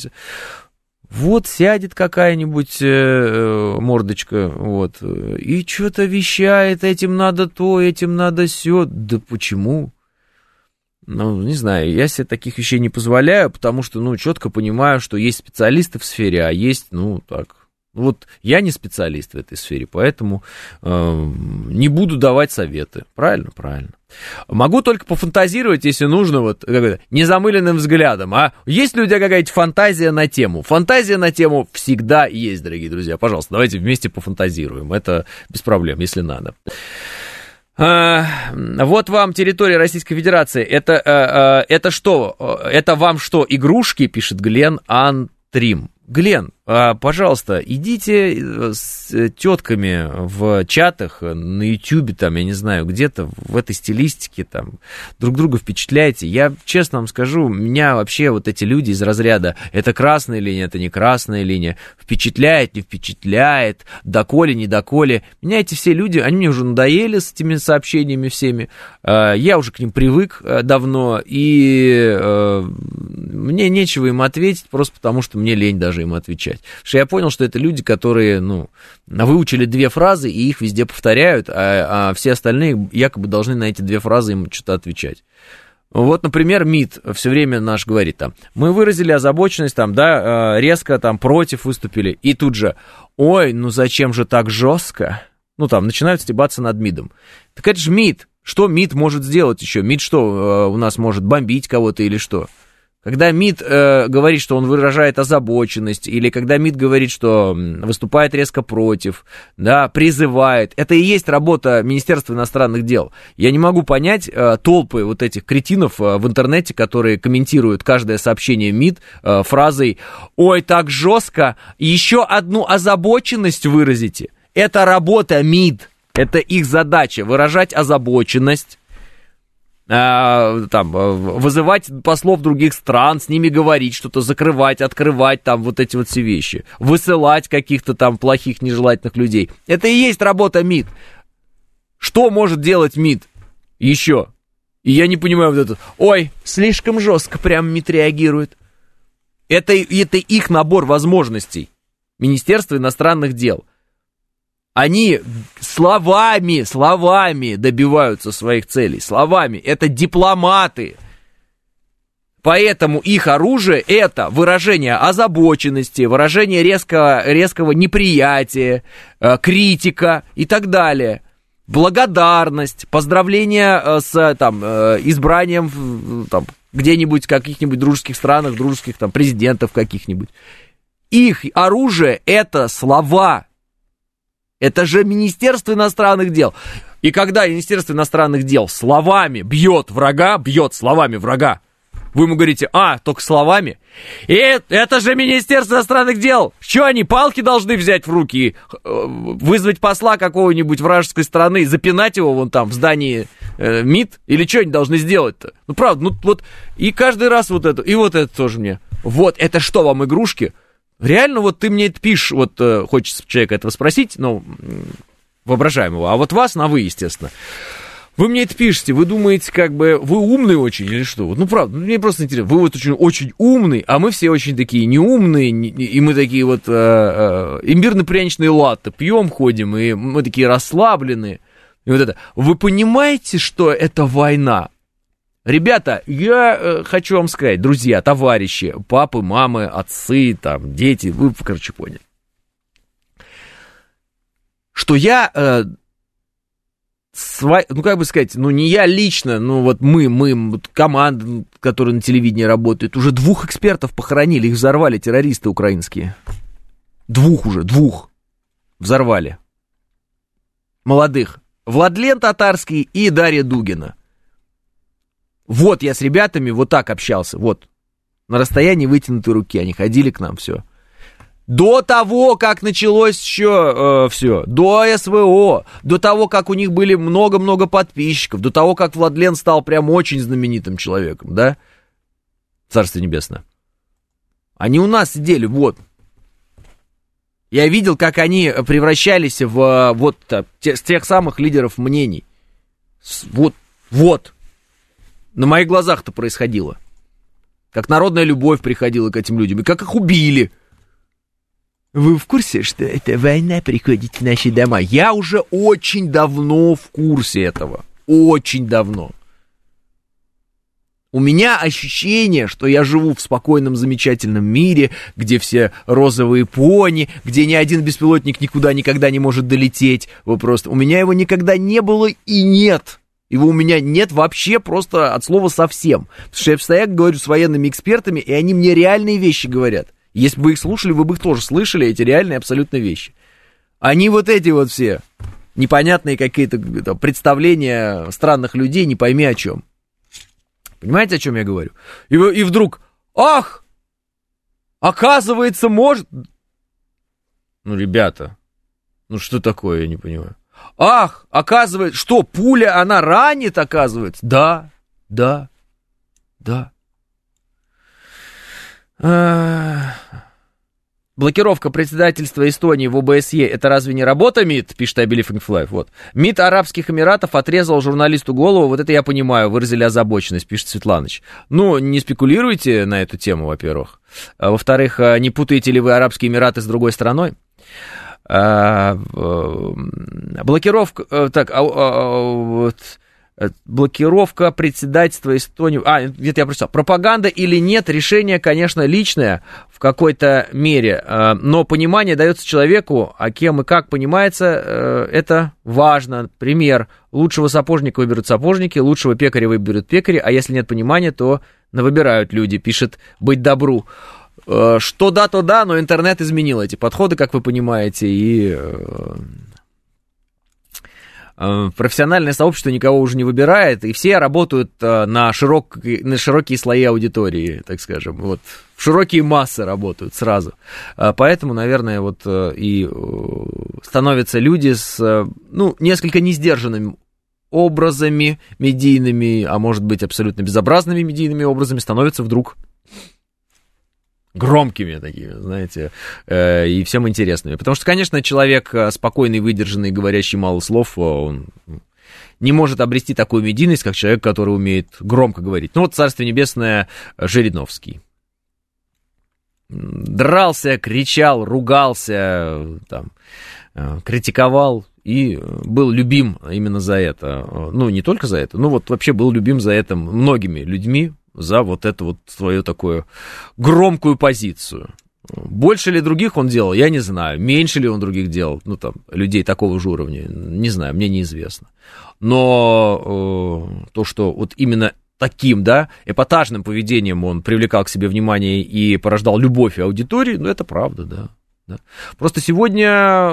сядет какая-нибудь мордочка, и что-то вещает, этим надо то, этим надо сё. Да почему? Не знаю, я себе таких вещей не позволяю, потому что, четко понимаю, что есть специалисты в сфере, а есть, так. Я не специалист в этой сфере, поэтому не буду давать советы. Правильно? Правильно. Могу только пофантазировать, если нужно, незамыленным взглядом. А есть ли у тебя какая-то фантазия на тему? Фантазия на тему всегда есть, дорогие друзья. Пожалуйста, давайте вместе пофантазируем. Это без проблем, если надо. Вот вам территория Российской Федерации. Это что? Это вам что, игрушки, пишет Глен Антрим. Глен, пожалуйста, идите с тетками в чатах, на Ютьюбе, там, я не знаю, где-то в этой стилистике, там, друг друга впечатляйте. Я честно вам скажу, меня вообще вот эти люди из разряда «это красная линия, это не красная линия», впечатляет, не впечатляет, доколе, не доколе. Меня эти все люди, они мне уже надоели с этими сообщениями всеми, я уже к ним привык давно, и мне нечего им ответить, просто потому что мне лень даже им отвечать. Потому что я понял, что это люди, которые, выучили 2 фразы и их везде повторяют, а все остальные якобы должны на эти 2 фразы им что-то отвечать. Вот, например, МИД все время наш говорит там, мы выразили озабоченность, там, да, резко там против выступили, и тут же, ой, зачем же так жестко? Начинают стебаться над МИДом. Так это же МИД. Что МИД может сделать еще? МИД что, у нас может бомбить кого-то или что? Когда МИД говорит, что он выражает озабоченность, или когда МИД говорит, что выступает резко против, да, призывает, это и есть работа Министерства иностранных дел. Я не могу понять толпы вот этих кретинов в интернете, которые комментируют каждое сообщение МИД фразой «Ой, так жестко, еще одну озабоченность выразите». Это работа МИД, это их задача, выражать озабоченность, вызывать послов других стран, с ними говорить, что-то закрывать, открывать, там, вот эти вот все вещи, высылать каких-то там плохих, нежелательных людей. Это и есть работа МИД. Что может делать МИД еще? И я не понимаю вот это, ой, слишком жестко прям МИД реагирует. Это их набор возможностей. Министерство иностранных дел. Они словами добиваются своих целей, словами. Это дипломаты. Поэтому их оружие — это выражение озабоченности, выражение резкого неприятия, критика и так далее. Благодарность, поздравления с избранием где-нибудь в каких-нибудь дружеских странах, дружеских президентов каких-нибудь. Их оружие — это слова. Это же Министерство иностранных дел. И когда Министерство иностранных дел словами бьет словами врага, вы ему говорите, только словами? И это же Министерство иностранных дел. Что они, палки должны взять в руки, вызвать посла какого-нибудь вражеской страны, запинать его вон там в здании МИД? Или что они должны сделать-то? Правда, и каждый раз вот это, и вот это тоже мне. Вот, это что вам, игрушки? Реально, ты мне это пишешь, хочется человека этого спросить, воображаемого, а вот вас на «вы», естественно. Вы мне это пишете, вы думаете, вы умный очень или что? Правда, мне просто интересно, вы очень, очень умный, а мы все очень такие неумные, и мы такие имбирно-пряничные латте пьем, ходим, и мы такие расслабленные. И вот это. Вы понимаете, что это война? Ребята, я хочу вам сказать, друзья, товарищи, папы, мамы, отцы, дети, вы, поняли, что я, не я лично, мы, команда, которая на телевидении работает, уже 2 экспертов похоронили, их взорвали террористы украинские. 2 взорвали. Молодых. Владлен Татарский и Дарья Дугина. Я с ребятами так общался, на расстоянии вытянутой руки, они ходили к нам, все. До того, как началось еще все, до СВО, до того, как у них были много-много подписчиков, до того, как Владлен стал прям очень знаменитым человеком, да? Царствие небесное. Они у нас сидели, Я видел, как они превращались в тех самых лидеров мнений. На моих глазах-то происходило. Как народная любовь приходила к этим людям, и как их убили. Вы в курсе, что эта война приходит в наши дома? Я уже очень давно в курсе этого. Очень давно. У меня ощущение, что я живу в спокойном, замечательном мире, где все розовые пони, где ни один беспилотник никуда никогда не может долететь. У меня его никогда не было и нет. Его у меня нет вообще просто от слова совсем. Потому что я постоянно говорю с военными экспертами, и они мне реальные вещи говорят. Если бы вы их слушали, вы бы их тоже слышали, эти реальные абсолютно вещи. Они эти все непонятные какие-то представления странных людей, не пойми о чем. Понимаете, о чем я говорю? И вдруг, Оказывается, может... Ну, ребята, ну что такое, я не понимаю. Ах, оказывается, что, пуля, она ранит, оказывается? Да. Блокировка председательства Эстонии в ОБСЕ, это разве не работа МИД, пишет Abilifing Life, вот. МИД Арабских Эмиратов отрезал журналисту голову, вот это я понимаю, выразили озабоченность, пишет Светланыч. Ну, не спекулируйте на эту тему, во-первых. Во-вторых, не путаете ли вы Арабские Эмираты с другой страной? Блокировка, блокировка председательства Эстонии. Где-то я прочитал. Пропаганда или нет, решение, конечно, личное в какой-то мере, но понимание дается человеку, а кем и как понимается, это важно. Пример. Лучшего сапожника выберут сапожники, лучшего пекаря выберут пекари, а если нет понимания, то выбирают люди, пишет «Быть добру». Что да, то да, но интернет изменил эти подходы, как вы понимаете, и... профессиональное сообщество никого уже не выбирает, и все работают на широкие слои аудитории, так скажем, вот, в широкие массы работают сразу. Поэтому, наверное, вот и становятся люди с, несколько несдержанными образами медийными, а может быть, абсолютно безобразными медийными образами, становятся вдруг громкими такими, знаете, и всем интересными. Потому что, конечно, человек спокойный, выдержанный, говорящий мало слов, он не может обрести такую медийность, как человек, который умеет громко говорить. Ну вот Царствие Небесное, Жириновский. Дрался, кричал, ругался, там, критиковал и был любим именно за это. Ну, не только за это, но вот вообще был любим за это многими людьми, за вот эту вот свою такую громкую позицию. Больше ли других он делал, я не знаю. Меньше ли он других делал, людей такого же уровня, не знаю, мне неизвестно. Но то, что вот именно таким, эпатажным поведением он привлекал к себе внимание и порождал любовь аудитории, это правда, да. Просто сегодня,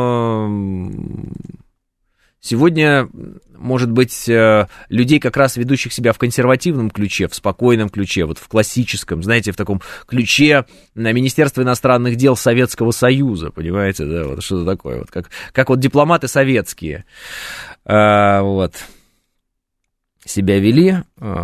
может быть, людей, как раз ведущих себя в консервативном ключе, в спокойном ключе, вот в классическом, знаете, в таком ключе Министерства иностранных дел Советского Союза, понимаете, да, вот что-то такое, вот как вот дипломаты советские, вот, себя вели,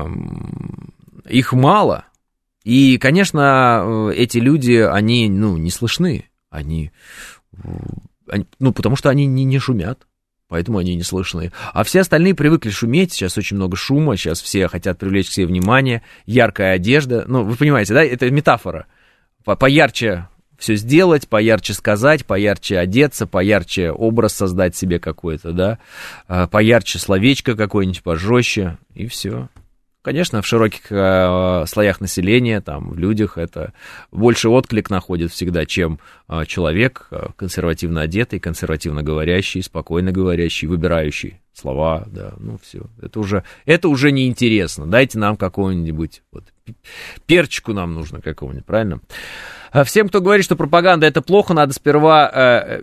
их мало, и, конечно, эти люди, они, не слышны, они потому что они не шумят. Поэтому они не слышны. А все остальные привыкли шуметь, сейчас очень много шума, сейчас все хотят привлечь к себе внимание, яркая одежда, вы понимаете, да, это метафора. Поярче все сделать, поярче сказать, поярче одеться, поярче образ создать себе какой-то, да, поярче словечко какое-нибудь, пожестче, и все. Конечно, в широких слоях населения, там, в людях это больше отклик находит всегда, чем человек консервативно одетый, консервативно говорящий, спокойно говорящий, выбирающий слова, да, все. Это уже неинтересно. Дайте нам какого-нибудь, перчику нам нужно какого-нибудь, правильно? Всем, кто говорит, что пропаганда это плохо, надо сперва...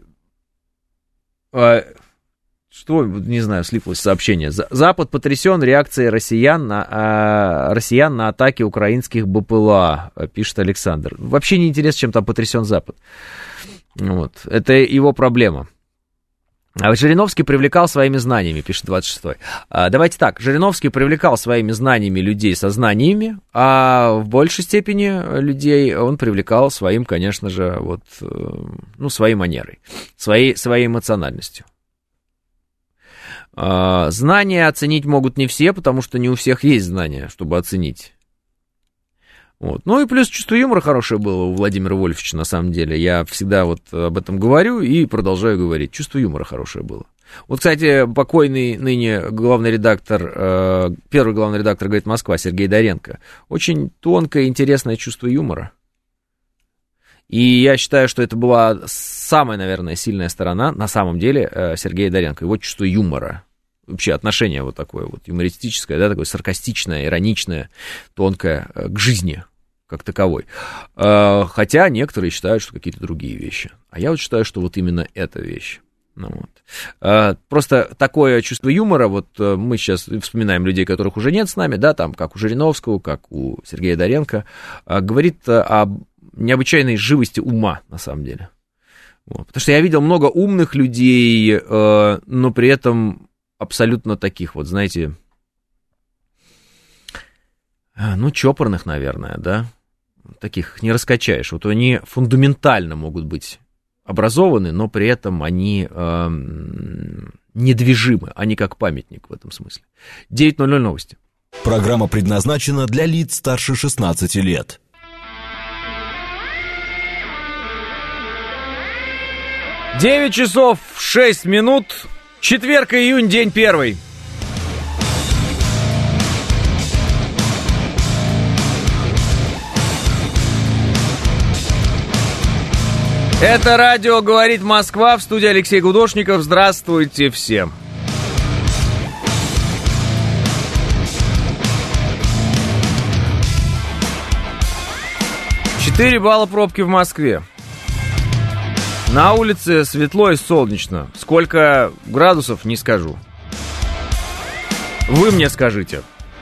Что, не знаю, слиплось сообщение. Запад потрясен реакцией россиян на атаки украинских БПЛА, пишет Александр. Вообще не интересно, чем там потрясен Запад. Вот. Это его проблема. Жириновский привлекал своими знаниями, пишет 26-й. Давайте так, Жириновский привлекал своими знаниями людей со знаниями, а в большей степени людей он привлекал своим, конечно же, своей манерой, своей эмоциональностью. Знания оценить могут не все, потому что не у всех есть знания, чтобы оценить. Вот. И плюс чувство юмора хорошее было у Владимира Вольфовича, на самом деле. Я всегда об этом говорю и продолжаю говорить. Чувство юмора хорошее было. Вот, кстати, покойный ныне первый главный редактор «Говорит Москва» Сергей Доренко. Очень тонкое и интересное чувство юмора. И я считаю, что это была самая, наверное, сильная сторона, на самом деле, Сергея Доренко. Его чувство юмора. Вообще отношение вот такое юмористическое, да, такое саркастичное, ироничное, тонкое к жизни как таковой. Хотя некоторые считают, что какие-то другие вещи. А я считаю, что именно эта вещь. Просто такое чувство юмора, мы сейчас вспоминаем людей, которых уже нет с нами, да, там, как у Жириновского, как у Сергея Доренко, говорит об необычайной живости ума, на самом деле. Вот. Потому что я видел много умных людей, но при этом абсолютно таких, вот, знаете, ну, чопорных, наверное, да, таких не раскачаешь. Вот они фундаментально могут быть образованы, но при этом они недвижимы, они как памятник в этом смысле. 9:00 новости. Программа предназначена для лиц старше 16 лет. 9 часов 6 минут, четверг, июнь, день первый. Это радио «Говорит Москва», в студии Алексей Гудошников. Здравствуйте всем. Четыре балла пробки в Москве. На улице светло и солнечно. Сколько градусов, не скажу. Вы мне скажите.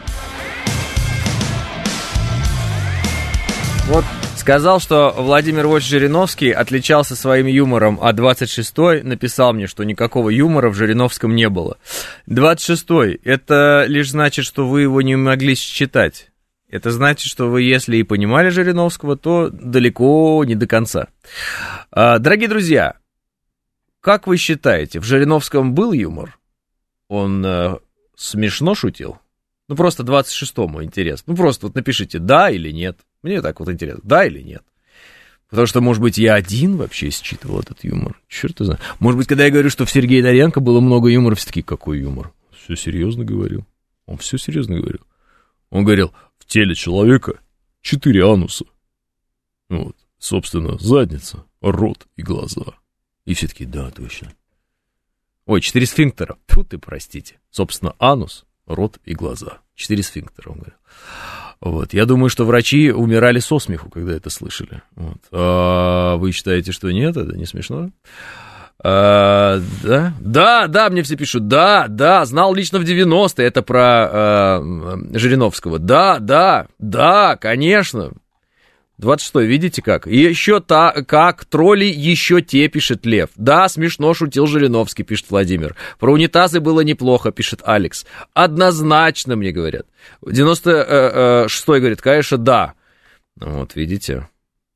Вот сказал, что Владимир Вольфович Жириновский отличался своим юмором, а 26-й написал мне, что никакого юмора в Жириновском не было. 26-й, это лишь значит, что вы его не могли считать. Это значит, что вы, если и понимали Жириновского, то далеко не до конца. Дорогие друзья, как вы считаете, в Жириновском был юмор? Он смешно шутил? Ну, просто 26-му интересно. Ну, просто вот напишите «да» или «нет». Мне так вот интересно, да или нет. Потому что, может быть, я один вообще считывал этот юмор. Черт его знает. Может быть, когда я говорю, что в Сергее Доренко было много юмора, все такие, какой юмор? Все серьезно говорил. Он все серьезно говорил. Он говорил, в теле человека 4 ануса. Вот, собственно, задница, рот и глаза. И все такие, да, точно. Ой, 4 сфинктера. Фу ты, простите. Собственно, анус, рот и глаза. 4 сфинктера, он говорил. Вот. Я думаю, что врачи умирали со смеху, когда это слышали. Вот. А вы считаете, что нет, это не смешно? Да, мне все пишут, да, знал лично в 90-е, это про Жириновского. Да, конечно. 26-й, видите как? И еще как тролли еще те, пишет Лев. Да, смешно шутил Жириновский, пишет Владимир. Про унитазы было неплохо, пишет Алекс. Однозначно, мне говорят. 96-й говорит, конечно, да. Вот, видите.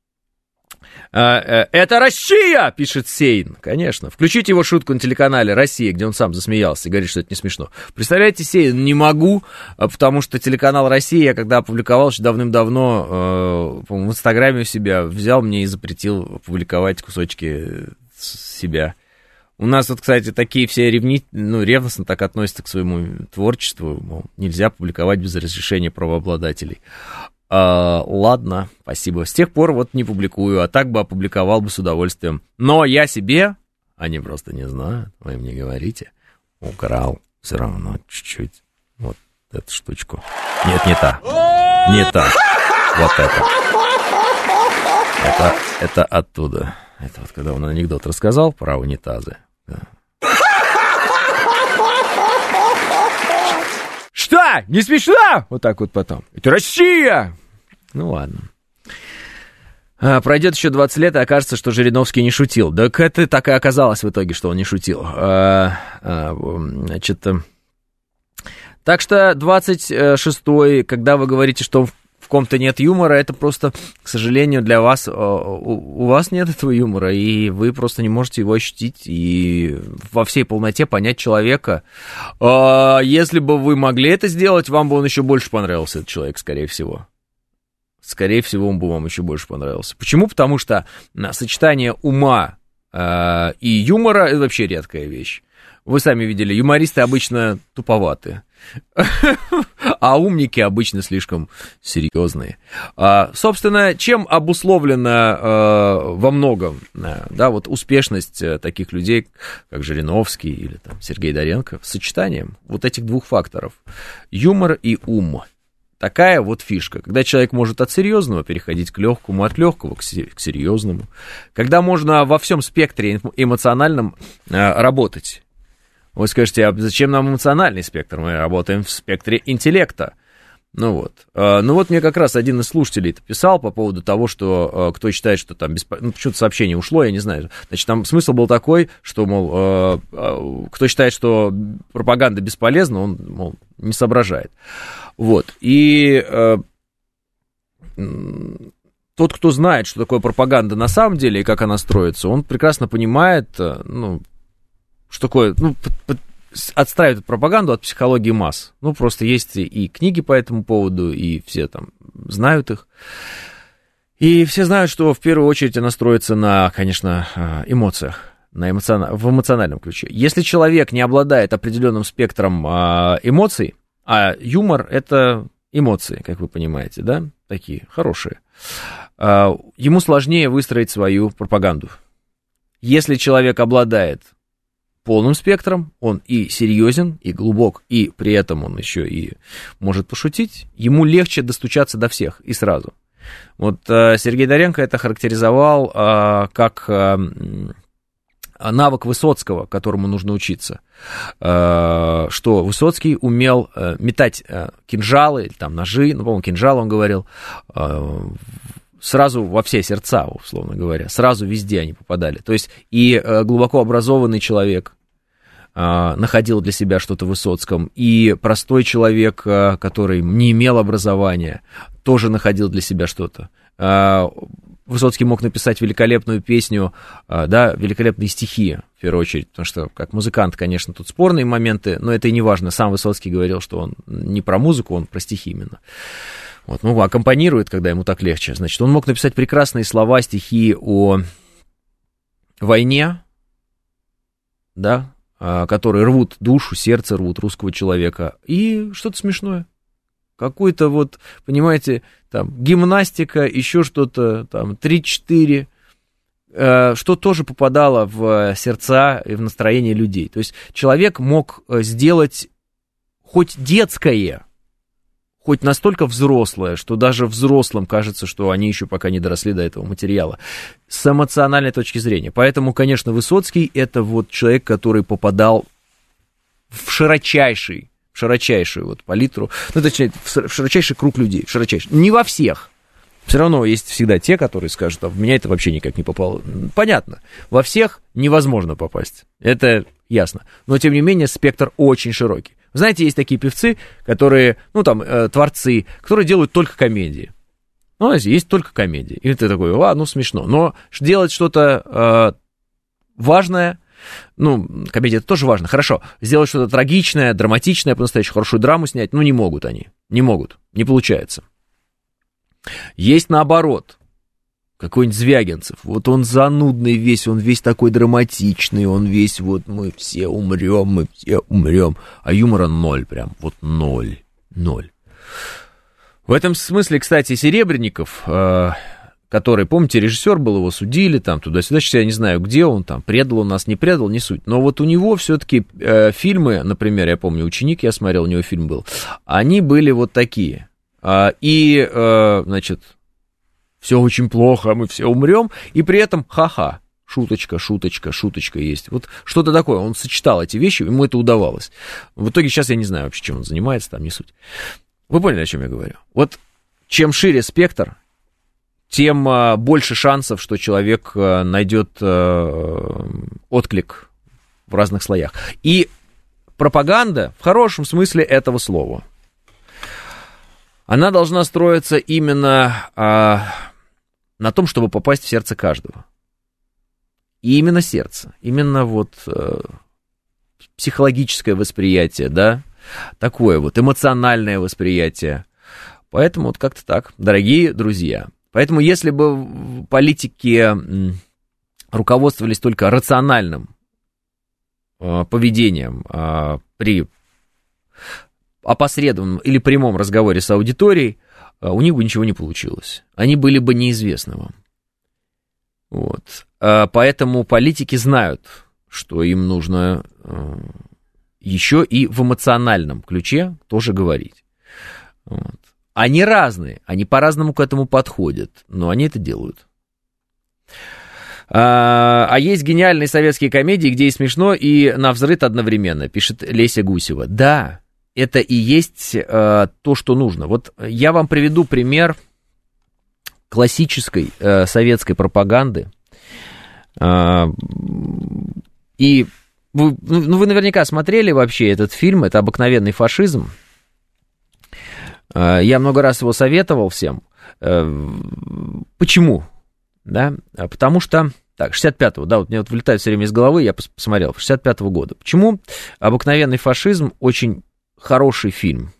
Это Россия, пишет Сейн. Конечно. Включите его шутку на телеканале «Россия», где он сам засмеялся и говорит, что это не смешно. Представляете, Сейн, не могу, потому что телеканал «Россия» я когда опубликовал еще давным-давно, в Инстаграме у себя, взял мне и запретил публиковать кусочки себя. У нас вот, кстати, такие все ревностно так относятся к своему творчеству, мол, нельзя публиковать без разрешения правообладателей. Ладно, спасибо. С тех пор вот не публикую, а так бы опубликовал бы с удовольствием. Но я себе, они просто не знают, вы мне говорите, украл все равно чуть-чуть вот эту штучку. Нет, не та. Вот это. Это оттуда. Это вот когда он анекдот рассказал про унитазы. Да. Что? Не смешно? Вот так вот потом. Это Россия! Ну ладно. Пройдет еще 20 лет, и окажется, что Жириновский не шутил. Да это так и оказалось в итоге, что он не шутил. Значит, так что 26-й, когда вы говорите, что в ком-то нет юмора, это просто, к сожалению, для вас, у вас нет этого юмора, и вы просто не можете его ощутить и во всей полноте понять человека. Если бы вы могли это сделать, вам бы он еще больше понравился, этот человек, скорее всего. Скорее всего, он бы вам еще больше понравился. Почему? Потому что сочетание ума и юмора – это вообще редкая вещь. Вы сами видели, юмористы обычно туповатые, а умники обычно слишком серьезные. Собственно, чем обусловлена во многом, да, вот успешность таких людей, как Жириновский или там, Сергей Доренко, сочетанием вот этих двух факторов – юмор и ум. Такая вот фишка, когда человек может от серьезного переходить к легкому, от легкого к серьезному, когда можно во всем спектре эмоциональном работать. Вы скажете, а зачем нам эмоциональный спектр? Мы работаем в спектре интеллекта. Ну вот мне как раз один из слушателей писал по поводу того, что кто считает, что там почему-то сообщение ушло, я не знаю. Значит, там смысл был такой, что, мол, кто считает, что пропаганда бесполезна, он, мол, не соображает. Вот. И тот, кто знает, что такое пропаганда на самом деле и как она строится, он прекрасно понимает, что такое, отстраивает пропаганду от психологии масс. Просто есть и книги по этому поводу, и все там знают их. И все знают, что в первую очередь она строится на, конечно, эмоциях, в эмоциональном ключе. Если человек не обладает определенным спектром эмоций, а юмор — это эмоции, как вы понимаете, да, такие хорошие, ему сложнее выстроить свою пропаганду. Если человек обладает полным спектром, он и серьезен, и глубок, и при этом он еще и может пошутить, ему легче достучаться до всех и сразу. Вот Сергей Доренко это характеризовал как навык Высоцкого, которому нужно учиться, что Высоцкий умел метать кинжалы, или там ножи, по-моему, кинжал он говорил, сразу во все сердца, условно говоря, сразу везде они попадали. То есть и глубоко образованный человек находил для себя что-то в Высоцком, и простой человек, который не имел образования, тоже находил для себя что-то. Высоцкий мог написать великолепную песню, да, великолепные стихи, в первую очередь, потому что, как музыкант, конечно, тут спорные моменты, но это и не важно. Сам Высоцкий говорил, что он не про музыку, он про стихи именно. Вот, аккомпанирует, когда ему так легче. Значит, он мог написать прекрасные слова, стихи о войне, да, которые рвут душу, сердце рвут русского человека, и что-то смешное. Какой-то понимаете, там, гимнастика, еще что-то, там, 3-4, что тоже попадало в сердца и в настроение людей. То есть человек мог сделать хоть детское, хоть настолько взрослое, что даже взрослым кажется, что они еще пока не доросли до этого материала, с эмоциональной точки зрения. Поэтому, конечно, Высоцкий — это человек, который попадал в широчайшую палитру, точнее, в широчайший круг людей, не во всех. Все равно есть всегда те, которые скажут, в меня это вообще никак не попало. Понятно, во всех невозможно попасть, это ясно. Но, тем не менее, спектр очень широкий. Знаете, есть такие певцы, которые, творцы, которые делают только комедии. Есть только комедии. И ты такой, смешно. Но делать что-то важное, комедия это тоже важно, хорошо. Сделать что-то трагичное, драматичное, по-настоящему хорошую драму снять, не могут они. Не могут, не получается. Есть наоборот. Какой-нибудь Звягинцев, он занудный весь, он весь такой драматичный, он весь мы все умрем, а юмора ноль прям, ноль. В этом смысле, кстати, Серебренников, который, помните, режиссер был, его судили, там, туда-сюда, сейчас я не знаю, где он, там, предал он нас, не предал, не суть, но у него все-таки фильмы, например, я помню, «Ученик», я смотрел, у него фильм был, они были такие, значит, все очень плохо, мы все умрем, и при этом ха-ха, шуточка есть. Что-то такое, он сочетал эти вещи, ему это удавалось. В итоге сейчас я не знаю вообще, чем он занимается, там не суть. Вы поняли, о чем я говорю? Чем шире спектр, тем больше шансов, что человек найдет отклик в разных слоях. И пропаганда, в хорошем смысле этого слова, она должна строиться именно на том, чтобы попасть в сердце каждого. И именно сердце, именно психологическое восприятие, да, такое эмоциональное восприятие. Поэтому как-то так, дорогие друзья. Поэтому если бы политики руководствовались только рациональным поведением при опосредованном или прямом разговоре с аудиторией, у них бы ничего не получилось. Они были бы неизвестны вам. Поэтому политики знают, что им нужно еще и в эмоциональном ключе тоже говорить. Они разные, они по-разному к этому подходят, но они это делают. А есть гениальные советские комедии, где и смешно, и навзрыд одновременно, пишет Леся Гусева. Да, это и есть то, что нужно. Вот я вам приведу пример классической советской пропаганды. И вы наверняка смотрели вообще этот фильм, это «Обыкновенный фашизм». Я много раз его советовал всем. Почему? Да? Потому что... Так, 65-го, да, вот мне вот вылетает все время из головы, я посмотрел, 65-го года. Почему «Обыкновенный фашизм» очень хороший фильм?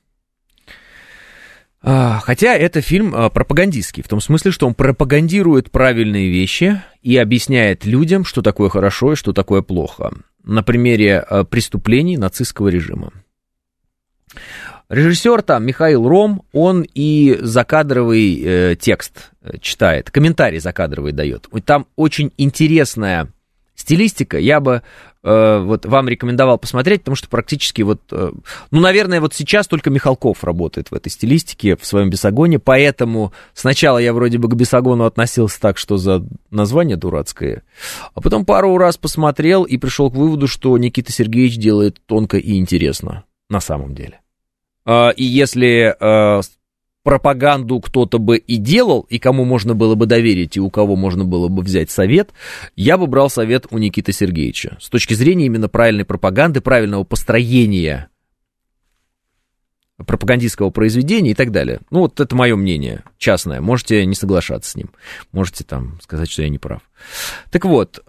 Хотя это фильм пропагандистский, в том смысле, что он пропагандирует правильные вещи и объясняет людям, что такое хорошо и что такое плохо. На примере преступлений нацистского режима. Режиссер там Михаил Ром, он и закадровый текст читает, комментарий закадровый дает. Там очень интересная стилистика, я бы вот вам рекомендовал посмотреть, потому что практически вот, ну, наверное, вот сейчас только Михалков работает в этой стилистике, в своем «Бесогоне», поэтому сначала я вроде бы к «Бесогону» относился так, что за название дурацкое, а потом пару раз посмотрел и пришел к выводу, что Никита Сергеевич делает тонко и интересно, на самом деле. И если пропаганду кто-то бы и делал, и кому можно было бы доверить, и у кого можно было бы взять совет, я бы брал совет у Никиты Сергеевича. С точки зрения именно правильной пропаганды, правильного построения пропагандистского произведения и так далее. Ну, вот это мое мнение частное. Можете не соглашаться с ним. Можете там сказать, что я не прав. Так вот...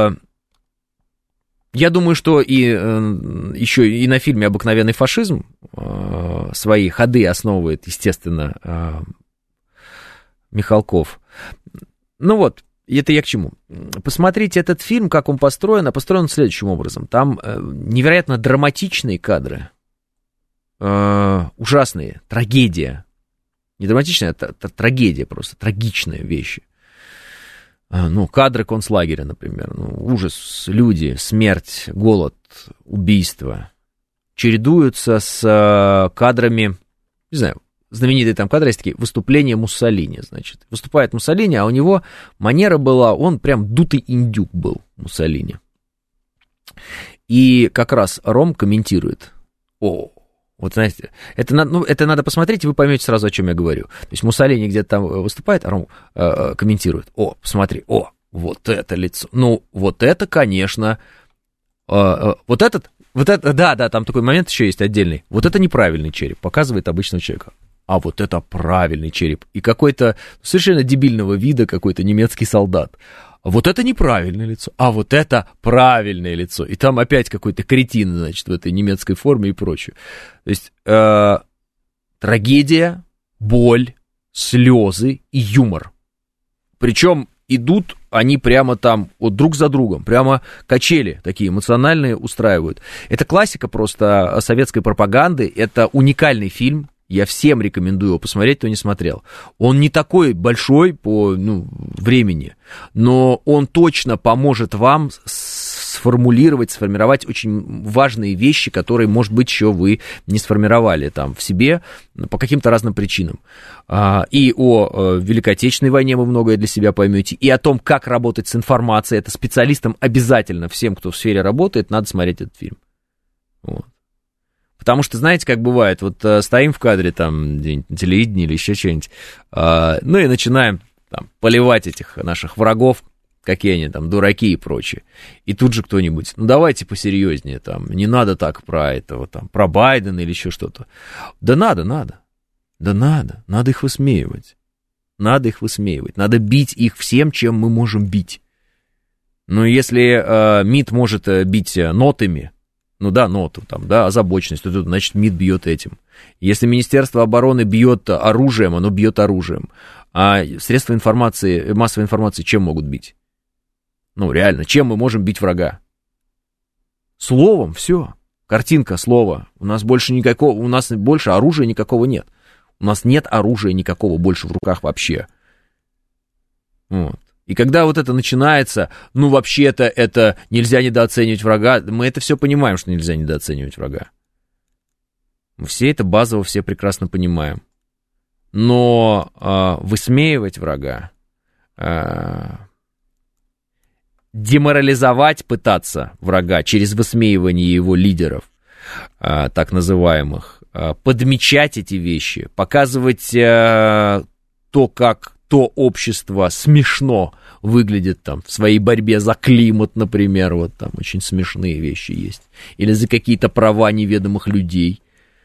Я думаю, что и еще и на фильме «Обыкновенный фашизм» свои ходы основывает, естественно, Михалков. Ну вот, это я к чему. Посмотрите этот фильм, как он построен, а построен следующим образом. Там невероятно драматичные кадры, ужасные, трагедия. Не драматичная, а трагедия просто, трагичные вещи. Ну, кадры концлагеря, например, ну, ужас, люди, смерть, голод, убийство, чередуются с кадрами, не знаю, знаменитые там кадры есть такие, выступление Муссолини, значит, выступает Муссолини, а у него манера была, он прям дутый индюк был, Муссолини, и как раз Ром комментирует, вот, знаете, это надо посмотреть, и вы поймете сразу, о чем я говорю. То есть Муссолини где-то там выступает, а Ром комментирует. Посмотри, вот это лицо. Ну, вот это, конечно, вот это, да, там такой момент еще есть отдельный. Вот это неправильный череп, показывает обычного человека. А вот это правильный череп. И какой-то совершенно дебильного вида какой-то немецкий солдат. Вот это неправильное лицо, а вот это правильное лицо. И там опять какой-то кретин, значит, в этой немецкой форме и прочее. То есть трагедия, боль, слезы и юмор. Причем идут они прямо там вот друг за другом, прямо качели такие эмоциональные устраивают. Это классика просто советской пропаганды, это уникальный фильм. Я всем рекомендую его посмотреть, кто не смотрел. Он не такой большой по времени, но он точно поможет вам сформировать очень важные вещи, которые, может быть, еще вы не сформировали там в себе по каким-то разным причинам. И о Великой Отечественной войне вы многое для себя поймете, и о том, как работать с информацией. Это специалистам обязательно, всем, кто в сфере работает, надо смотреть этот фильм. Вот. Потому что, знаете, как бывает, вот стоим в кадре там где-нибудь на телевидении или еще что-нибудь, ну и начинаем там поливать этих наших врагов, какие они там, дураки и прочее. И тут же кто-нибудь, ну давайте посерьезнее, там, не надо так про этого, там, про Байдена или еще что-то. Да надо. Да надо их высмеивать. Надо бить их всем, чем мы можем бить. Но если МИД может бить нотами, ну да, ноту, там, да, озабоченность, то, значит, МИД бьет этим. Если Министерство обороны бьет оружием, оно бьет оружием. А средства информации, массовой информации чем могут бить? Ну, реально, чем мы можем бить врага? Словом, все. Картинка, слово. У нас больше оружия никакого нет. У нас нет оружия никакого больше в руках вообще. Вот. И когда вот это начинается, ну, вообще-то это нельзя недооценивать врага, мы это все понимаем, что нельзя недооценивать врага. Мы все это базово все прекрасно понимаем. Но высмеивать врага, деморализовать пытаться врага через высмеивание его лидеров, так называемых, подмечать эти вещи, показывать то, как то общество смешно выглядит там в своей борьбе за климат, например, вот там очень смешные вещи есть, или за какие-то права неведомых людей.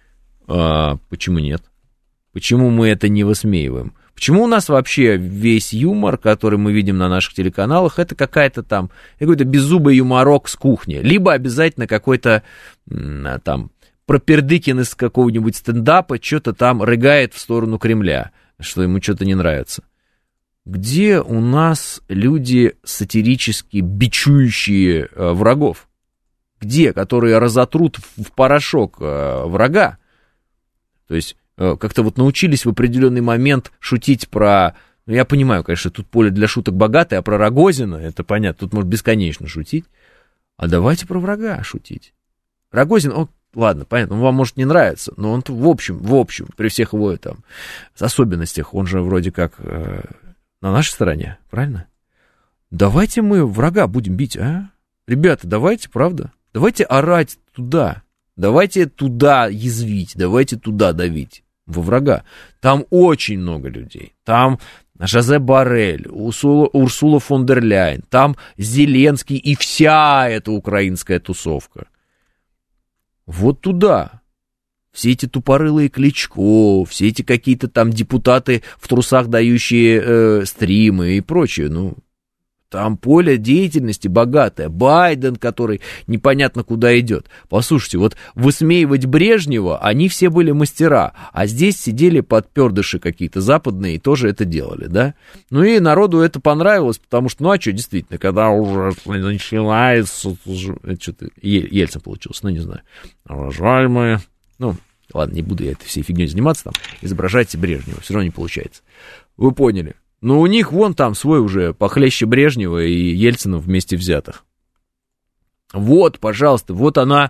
Почему нет? Почему мы это не высмеиваем? Почему у нас вообще весь юмор, который мы видим на наших телеканалах, это какая-то там, какой-то беззубый юморок с кухни, либо обязательно какой-то там Пропердыкин из какого-нибудь стендапа что-то там рыгает в сторону Кремля, что ему что-то не нравится. Где у нас люди сатирически бичующие врагов? Где? Которые разотрут в порошок врага? То есть как-то вот научились в определенный момент шутить про... Ну, я понимаю, конечно, тут поле для шуток богатое, а про Рогозина, это понятно, тут можно бесконечно шутить. А давайте про врага шутить. Рогозин, ладно, понятно, он вам может не нравиться, но он в общем, при всех его там особенностях, он же вроде как на нашей стороне, правильно? Давайте мы врага будем бить, а? Ребята, давайте, правда? Давайте орать туда, давайте туда язвить, давайте туда давить. Во врага. Там очень много людей. Там Жозе Боррель, Урсула фон дер Ляйен, там Зеленский и вся эта украинская тусовка. Вот туда. Все эти тупорылые Кличко, все эти какие-то там депутаты в трусах, дающие стримы и прочее. Ну, там поле деятельности богатое. Байден, который непонятно куда идет. Послушайте, вот высмеивать Брежнева, они все были мастера, а здесь сидели подпердыши какие-то западные и тоже это делали, да? Ну и народу это понравилось, потому что, ну а что, действительно, когда уже начинается... Что-то Ельцин получился, ну не знаю. Уважаемые... Ну, ладно, не буду я этой всей фигней заниматься, там, изображать Брежнева, все равно не получается. Вы поняли. Но у них вон там свой уже похлеще Брежнева и Ельцина вместе взятых. Вот, пожалуйста, вот она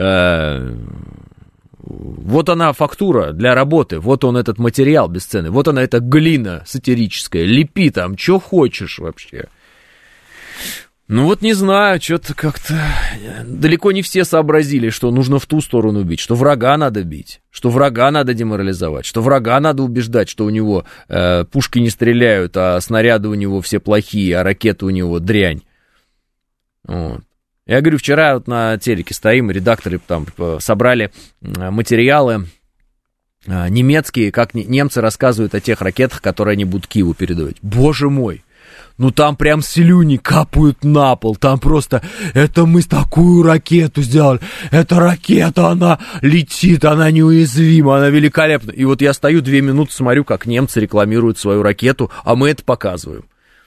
фактура для работы, вот он этот материал бесценный, вот она эта глина сатирическая, лепи там, что хочешь вообще. Ну вот не знаю, что-то как-то далеко не все сообразили, что нужно в ту сторону бить, что врага надо бить, что врага надо деморализовать, что врага надо убеждать, что у него пушки не стреляют, а снаряды у него все плохие, а ракеты у него дрянь. Вот. Я говорю, вчера вот на телеке стоим, редакторы там собрали материалы немецкие, как немцы рассказывают о тех ракетах, которые они будут Киеву передавать. Боже мой! Ну там прям слюни капают на пол, там просто, это мы такую ракету сделали, эта ракета, она летит, она неуязвима, она великолепна. И вот я стою 2 минуты, смотрю, как немцы рекламируют свою ракету, а мы это показываем.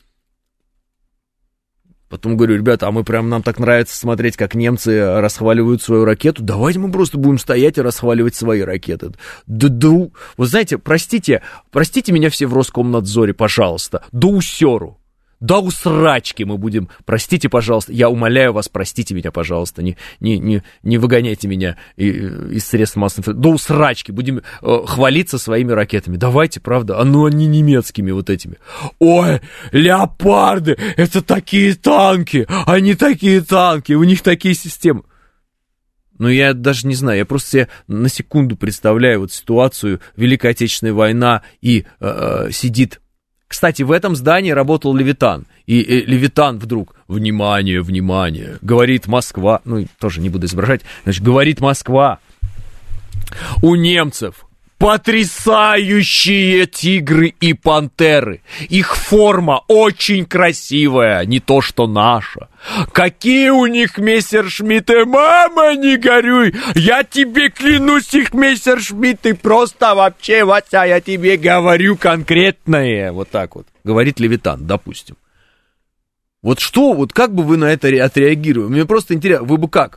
Потом говорю, ребята, а нам так нравится смотреть, как немцы расхваливают свою ракету, давайте мы просто будем стоять и расхваливать свои ракеты. Вы знаете, простите меня все в Роскомнадзоре, пожалуйста, до усеру. Да усрачки мы будем, простите, пожалуйста, я умоляю вас, простите меня, пожалуйста, не выгоняйте меня из средств массовой информации, да усрачки будем хвалиться своими ракетами, давайте, правда, они немецкими вот этими. Ой, леопарды, это такие танки, они такие танки, у них такие системы. Ну, я даже не знаю, я просто себе на секунду представляю вот ситуацию, Великая Отечественная война, и сидит. Кстати, в этом здании работал Левитан, и Левитан вдруг, внимание, говорит Москва, ну, тоже не буду изображать, значит, говорит Москва, у немцев потрясающие тигры и пантеры, их форма очень красивая, не то что наша. Какие у них мессершмитты, мама, не горюй, я тебе клянусь, их мессершмитты просто вообще, Вася, я тебе говорю конкретное, вот так вот, говорит Левитан, допустим. Вот что, вот как бы вы на это отреагировали? Мне просто интересно, вы бы как?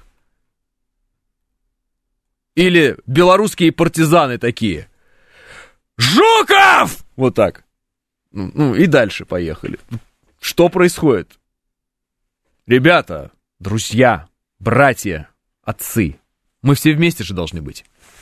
Или белорусские партизаны такие. Жуков! Вот так. Ну, и дальше поехали. Что происходит? Ребята, друзья, братья, отцы, мы все вместе же должны быть.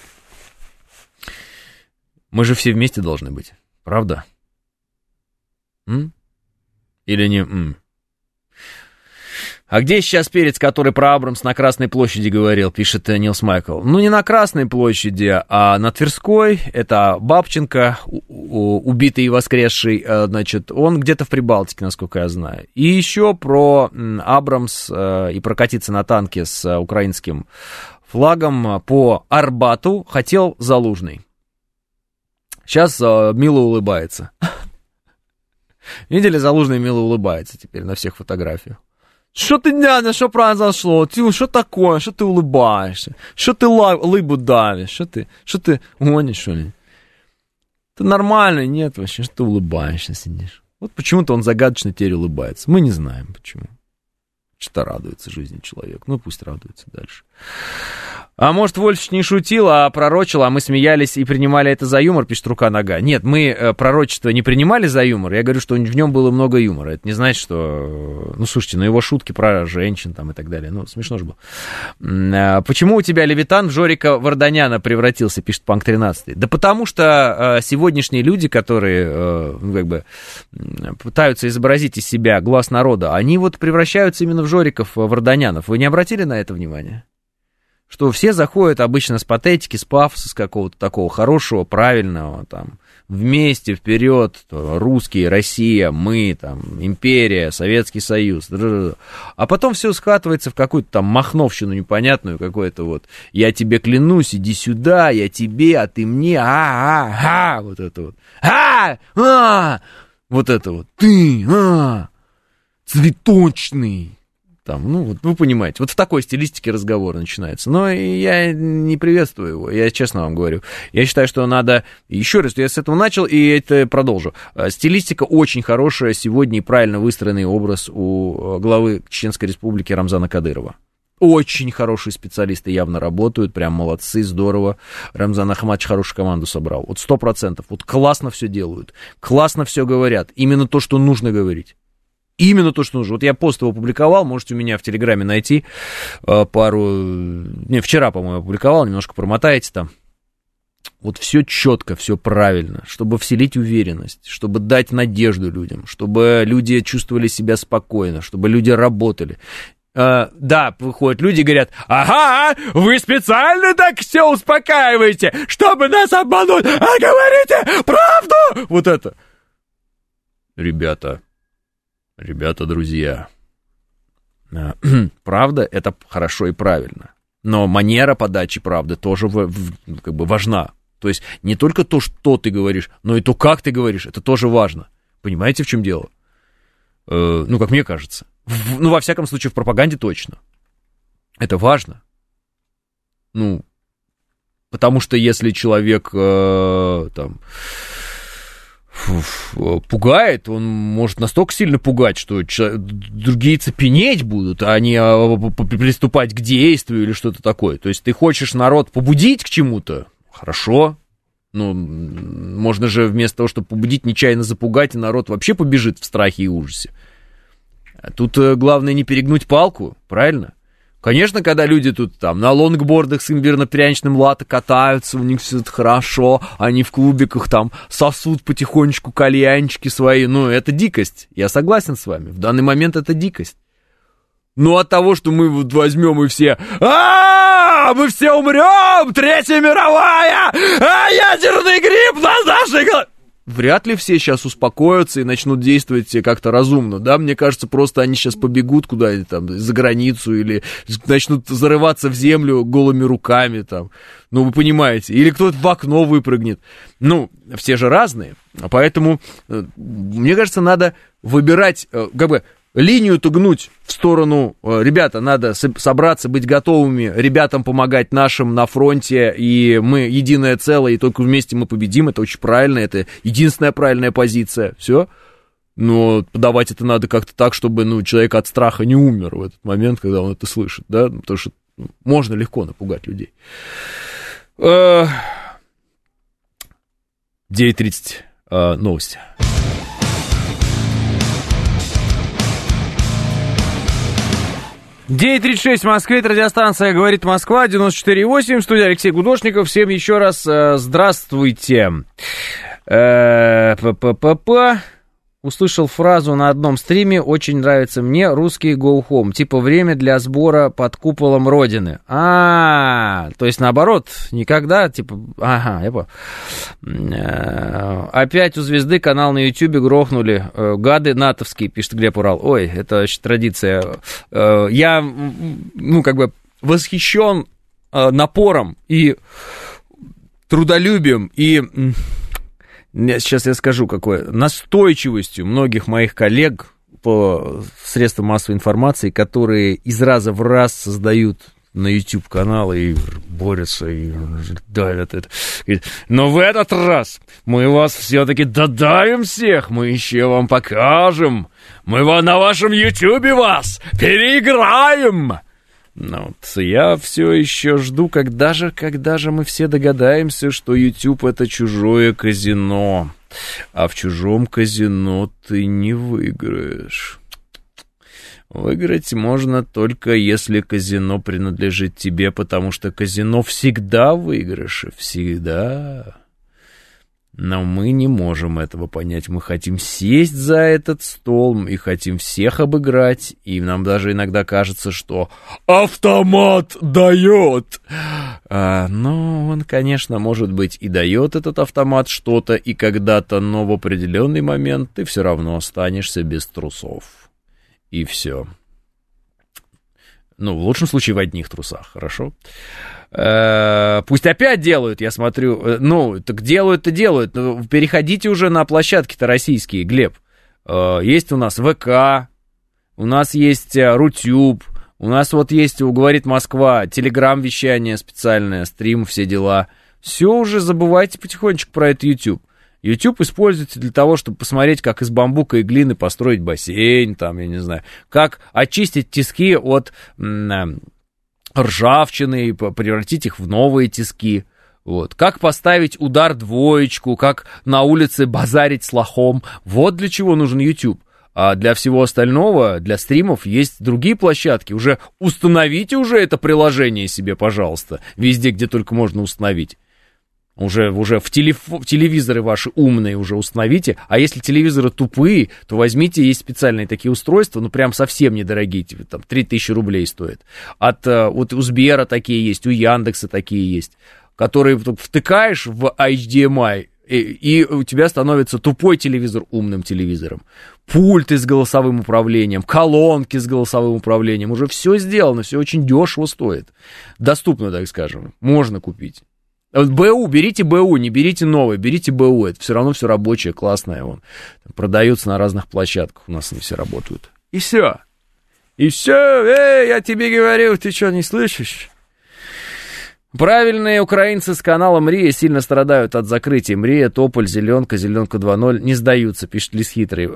Мы же все вместе должны быть. Правда? Или не? А где сейчас перец, который про Абрамс на Красной площади говорил, пишет Нилс Майкл? Ну, не на Красной площади, а на Тверской. Это Бабченко, убитый и воскресший, значит, он где-то в Прибалтике, насколько я знаю. И еще про Абрамс и прокатиться на танке с украинским флагом по Арбату хотел Залужный. Сейчас мило улыбается. Видели, Залужный мило улыбается теперь на всех фотографиях. Что ты, дядя, что произошло? Ты, что такое? Что ты улыбаешься? Что ты лыбу давишь? Что ты гонишь, что ли? Ты нормальный, нет вообще, что ты улыбаешься, сидишь. Вот почему-то он загадочно теперь улыбается. Мы не знаем, почему. Что-то радуется жизни человек. Ну, пусть радуется дальше. А может, Вольфович не шутил, а пророчил, а мы смеялись и принимали это за юмор, пишет Рука-нога. Нет, мы пророчество не принимали за юмор. Я говорю, что в нем было много юмора. Это не значит, что... Ну, слушайте, его шутки про женщин там и так далее. Ну, смешно же было. Почему у тебя Левитан в Жорика Варданяна превратился, пишет Панк 13. Да потому что сегодняшние люди, которые как бы пытаются изобразить из себя глаз народа, они вот превращаются именно в Жориков Варданянов. Вы не обратили на это внимание? Что все заходят обычно с патетики, с пафоса, с какого-то такого хорошего, правильного, там, вместе, вперед, русские, Россия, мы, там, империя, Советский Союз, а потом все скатывается в какую-то там махновщину непонятную, какое-то вот, я тебе клянусь, иди сюда, я тебе, а ты мне, вот это вот, вот это вот, ты, цветочный. Там, ну, вот вы понимаете, вот в такой стилистике разговор начинается. Но я не приветствую его, я честно вам говорю. Я считаю, что надо... Еще раз, я с этого начал и это продолжу. Стилистика очень хорошая сегодня и правильно выстроенный образ у главы Чеченской Республики Рамзана Кадырова. Очень хорошие специалисты явно работают, прям молодцы, здорово. Рамзан Ахматович хорошую команду собрал. Вот 100%. Вот классно все делают, классно все говорят. Именно то, что нужно говорить. Именно то, что нужно. Вот я пост его опубликовал, можете у меня в Телеграме найти вчера, по-моему, опубликовал, немножко промотаете там. Вот все четко, все правильно, чтобы вселить уверенность, чтобы дать надежду людям, чтобы люди чувствовали себя спокойно, чтобы люди работали. Да, выходят люди и говорят, ага, вы специально так все успокаиваете, чтобы нас обмануть, а говорите правду! Вот это. Ребята, друзья, правда, это хорошо и правильно, но манера подачи правды тоже как бы важна. То есть не только то, что ты говоришь, но и то, как ты говоришь, это тоже важно. Понимаете, в чем дело? Ну, как мне кажется. Ну, во всяком случае, в пропаганде точно. Это важно. Ну, потому что если человек там... пугает, он может настолько сильно пугать, что другие цепенеть будут, а не приступать к действию или что-то такое. То есть ты хочешь народ побудить к чему-то, хорошо, ну, можно же вместо того, чтобы побудить, нечаянно запугать, и народ вообще побежит в страхе и ужасе. А тут главное не перегнуть палку, правильно? Конечно, когда люди тут там на лонгбордах с имбирно-пряничным латте катаются, у них все это хорошо, они в клубиках там сосут потихонечку кальянчики свои, ну, это дикость, я согласен с вами, в данный момент это дикость. Но от того, что мы вот возьмем и все, мы все умрем, Третья мировая, ядерный грипп на нашей голове. Вряд ли все сейчас успокоятся и начнут действовать как-то разумно, да, мне кажется, просто они сейчас побегут куда-нибудь там за границу или начнут зарываться в землю голыми руками там, ну, вы понимаете, или кто-то в окно выпрыгнет, ну, все же разные, поэтому, мне кажется, надо выбирать, как бы, линию-то гнуть в сторону, ребята, надо собраться, быть готовыми, ребятам помогать нашим на фронте, и мы единое целое, и только вместе мы победим, это очень правильно, это единственная правильная позиция, все. Но подавать это надо как-то так, чтобы, ну, человек от страха не умер в этот момент, когда он это слышит, да, потому что можно легко напугать людей. 9:30 новости. «9:36 в Москве», это радиостанция «Говорит Москва», 94,8, студия Алексей Гудошников. Всем еще раз здравствуйте. услышал фразу на одном стриме, очень нравится мне, русский go home, типа время для сбора под куполом Родины. То есть наоборот, никогда, типа, я понял. Опять у звезды канал на Ютубе грохнули, гады натовские, пишет Глеб Урал. Ой, это вообще традиция. Я, восхищен напором и трудолюбием и... Сейчас я скажу, какое. Настойчивостью многих моих коллег по средствам массовой информации, которые из раза в раз создают на YouTube каналы и борются, и давят это. Но в этот раз мы вас все-таки додавим всех, мы еще вам покажем. Мы на вашем YouTube вас переиграем. Я все еще жду, когда же мы все догадаемся, что YouTube это чужое казино, а в чужом казино ты не выиграешь. Выиграть можно только если казино принадлежит тебе, потому что казино всегда в выигрыше, всегда. Но мы не можем этого понять. Мы хотим сесть за этот стол и хотим всех обыграть. И нам даже иногда кажется, что автомат дает. Но он, конечно, может быть и дает этот автомат что-то и когда-то, но в определенный момент ты все равно останешься без трусов. И все. В лучшем случае в одних трусах, хорошо? Пусть опять делают, я смотрю. Так делают-то делают. Переходите уже на площадки-то российские, Глеб. Есть у нас ВК, у нас есть Рутюб, у нас вот есть, говорит Москва, телеграм-вещание специальное, стрим, все дела. Все уже забывайте потихонечку про это YouTube. YouTube используется для того, чтобы посмотреть, как из бамбука и глины построить бассейн, там, я не знаю, как очистить тиски от ржавчины, превратить их в новые тиски. Вот. Как поставить удар двоечку, как на улице базарить с лохом. Вот для чего нужен YouTube. А для всего остального, для стримов, есть другие площадки. Уже установите уже это приложение себе, пожалуйста, везде, где только можно установить. Уже в телевизоры ваши умные уже установите. А если телевизоры тупые, то возьмите, есть специальные такие устройства, прям совсем недорогие, типа там 3000 рублей стоят. Вот у Сбера такие есть, у Яндекса такие есть, которые втыкаешь в HDMI, и у тебя становится тупой телевизор умным телевизором. Пульты с голосовым управлением, колонки с голосовым управлением. Уже все сделано, все очень дешево стоит. Доступно, так скажем, можно купить. БУ, берите БУ, не берите новый, берите БУ, это все равно все рабочее, классное, продаются на разных площадках, у нас они все работают. И все, я тебе говорю, ты что, не слышишь? Правильные украинцы с канала МРИА сильно страдают от закрытия. МРИА, Тополь, Зеленка 2.0 не сдаются, пишет Лис Хитрый.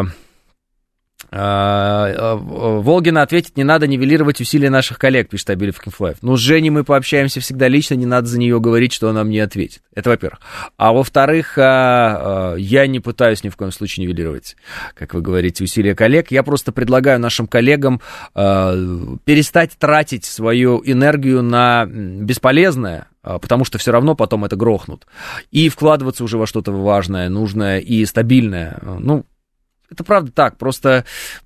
Волгина ответит, не надо нивелировать усилия наших коллег, пишет Абилев Кимфлаев. С Женей мы пообщаемся всегда лично, не надо за нее говорить, что она мне ответит. Это во-первых. А во-вторых, я не пытаюсь ни в коем случае нивелировать, как вы говорите, усилия коллег. Я просто предлагаю нашим коллегам перестать тратить свою энергию на бесполезное, потому что все равно потом это грохнут, и вкладываться уже во что-то важное, нужное и стабильное. Это правда так, просто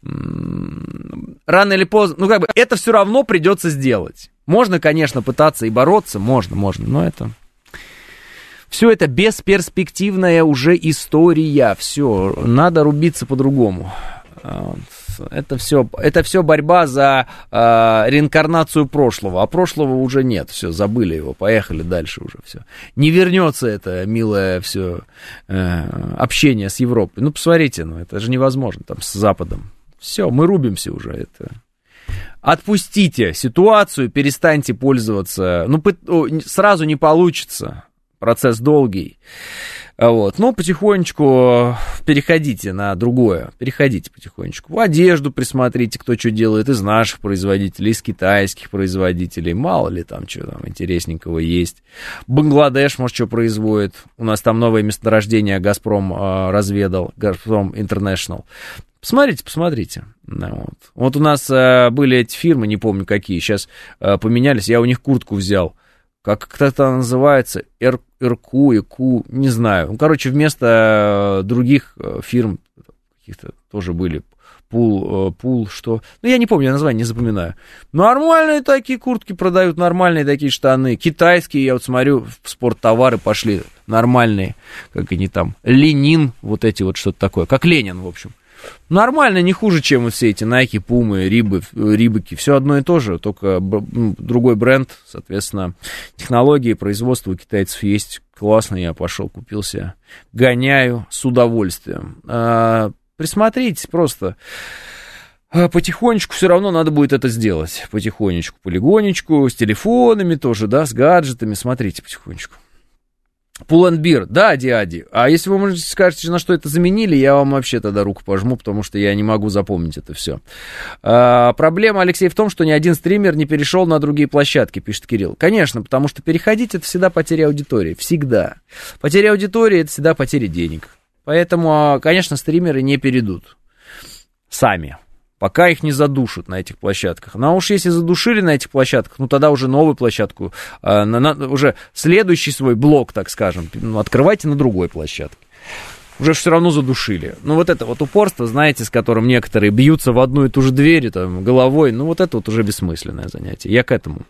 рано или поздно, это все равно придется сделать. Можно, конечно, пытаться и бороться, можно, но это... Все это бесперспективная уже история, все, надо рубиться по-другому. Это все борьба за реинкарнацию прошлого, а прошлого уже нет, все, забыли его, поехали дальше уже, все. Не вернется это милое все общение с Европой. Посмотрите, это же невозможно, там, с Западом. Все, мы рубимся уже, это... Отпустите ситуацию, перестаньте пользоваться, сразу не получится, процесс долгий. Потихонечку переходите на другое. Переходите потихонечку. В одежду присмотрите, кто что делает из наших производителей, из китайских производителей. Мало ли там что там интересненького есть. Бангладеш, может, что производит. У нас там новое месторождение «Газпром» разведал. «Газпром Интернешнл». Посмотрите. Вот у нас были эти фирмы, не помню какие, сейчас поменялись. Я у них куртку взял. Как это называется, РКУ, не знаю. Вместо других фирм, каких-то тоже были. Пул, что... Ну, я не помню, я название не запоминаю. Нормальные такие куртки продают, нормальные такие штаны. Китайские, я вот смотрю, в спорттовары пошли нормальные. Как они там, Ленин, вот эти вот что-то такое. Как Ленин, в общем. Нормально, не хуже, чем вот все эти Nike, Puma, Рибаки. Все одно и то же, только другой бренд, соответственно, технологии производства у китайцев есть. Классно, я пошел, купил себе. Гоняю с удовольствием. Присмотритесь просто. Потихонечку все равно надо будет это сделать. Потихонечку, полигонечку, с телефонами тоже, да, с гаджетами. Смотрите потихонечку. Pull&Bear, да, дяди. А если вы скажете, на что это заменили, я вам вообще тогда руку пожму, потому что я не могу запомнить это все. Проблема, Алексей, в том, что ни один стример не перешел на другие площадки, пишет Кирилл. Конечно, потому что переходить — это всегда потеря аудитории. Всегда. Потеря аудитории — это всегда потеря денег. Поэтому, конечно, стримеры не перейдут сами, пока их не задушат на этих площадках. Ну, а уж если задушили на этих площадках, ну, тогда уже новую площадку, уже следующий свой блок, так скажем, открывайте на другой площадке. Уже все равно задушили. Ну, вот это вот упорство, знаете, с которым некоторые бьются в одну и ту же дверь, там, головой, ну, вот это вот уже бессмысленное занятие. Я к этому.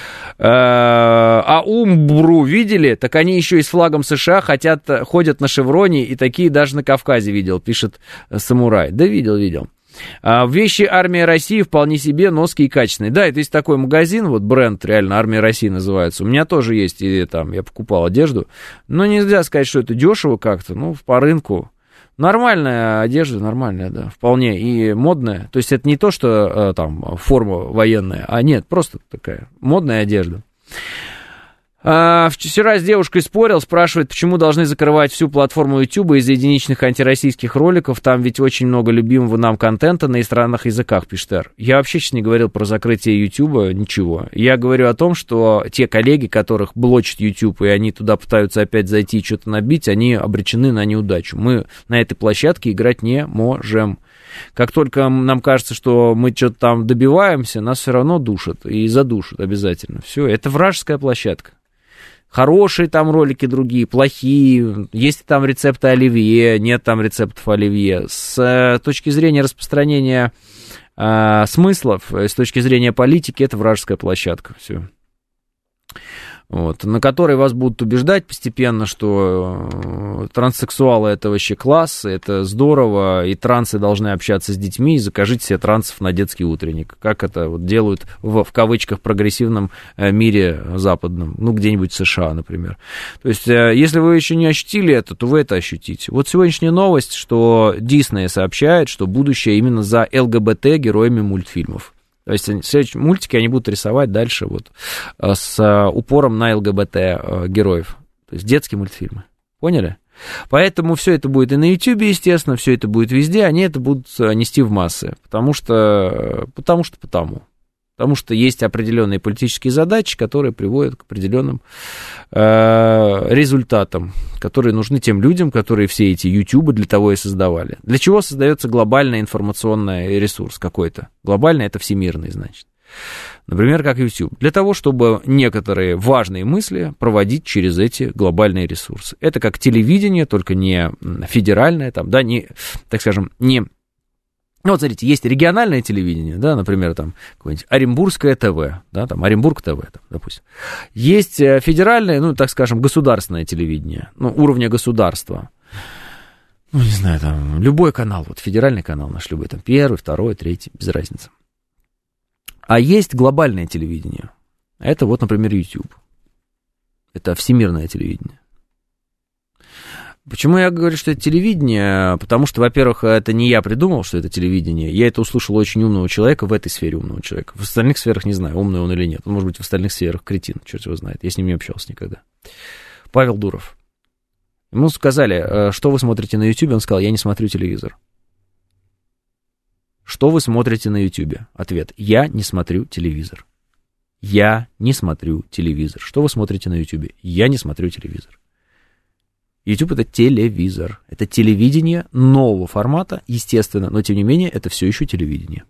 А Умбру видели? Так они еще и с флагом США ходят на шевроне, и такие даже на Кавказе видел, пишет Самурай. Да, видел. Вещи «Армия России» вполне себе носки и качественные. Да, это есть такой магазин, вот бренд реально «Армия России» называется. У меня тоже есть, и там я покупал одежду. Но нельзя сказать, что это дешево как-то, ну, по рынку. Нормальная одежда, нормальная, да, вполне, и модная. То есть это не то, что там форма военная, а нет, просто такая модная одежда. Вчера с девушкой спорил, спрашивает, почему должны закрывать всю платформу YouTube из-за единичных антироссийских роликов. Там ведь очень много любимого нам контента на иностранных языках, пишет Эр. Я вообще сейчас не говорил про закрытие YouTube, ничего. Я говорю о том, что те коллеги, которых блочит YouTube, и они туда пытаются опять зайти и что-то набить, они обречены на неудачу. Мы на этой площадке играть не можем. Как только нам кажется, что мы что-то там добиваемся, нас все равно душат и задушат обязательно. Все, это вражеская площадка. Хорошие там ролики другие, плохие, есть там рецепты оливье, нет там рецептов оливье. С точки зрения распространения смыслов, с точки зрения политики, это вражеская площадка, все. Вот, на которой вас будут убеждать постепенно, что транссексуалы — это вообще класс, это здорово, и трансы должны общаться с детьми, и закажите себе трансов на детский утренник, как это вот делают в кавычках прогрессивном мире западном, ну, где-нибудь в США, например. То есть, если вы еще не ощутили это, то вы это ощутите. Вот сегодняшняя новость, что Дисней сообщает, что будущее именно за ЛГБТ героями мультфильмов. То есть следующие мультики они будут рисовать дальше вот с упором на ЛГБТ героев. То есть детские мультфильмы. Поняли? Поэтому все это будет и на YouTube, естественно, все это будет везде, они это будут нести в массы. Потому что есть определенные политические задачи, которые приводят к определенным результатам, которые нужны тем людям, которые все эти YouTube для того и создавали. Для чего создается глобальный информационный ресурс какой-то? Глобальный — это всемирный, значит. Например, как YouTube. Для того, чтобы некоторые важные мысли проводить через эти глобальные ресурсы. Это как телевидение, только не федеральное, там, да, не, так скажем, не... Ну, вот, смотрите, есть региональное телевидение, да, например, там, какое-нибудь Оренбургское ТВ, да, там, Оренбург ТВ, там, допустим. Есть федеральное, ну, так скажем, государственное телевидение, ну, уровня государства. Ну, не знаю, там, любой канал, вот, федеральный канал наш любой, там, 1, 2, 3, без разницы. А есть глобальное телевидение. Это вот, например, YouTube. Это всемирное телевидение. Почему я говорю, что это телевидение? Потому что, во-первых, это не я придумал, что это телевидение. Я это услышал у очень умного человека в этой сфере умного человека. В остальных сферах не знаю, умный он или нет. Он, может быть, в остальных сферах кретин, черт его знает. Я с ним не общался никогда. Павел Дуров. Ему сказали, что вы смотрите на YouTube? Он сказал, я не смотрю телевизор. Что вы смотрите на YouTube? Ответ, я не смотрю телевизор. Я не смотрю телевизор. Что вы смотрите на YouTube? Я не смотрю телевизор. YouTube — это телевизор, это телевидение нового формата, естественно, но тем не менее это все еще телевидение,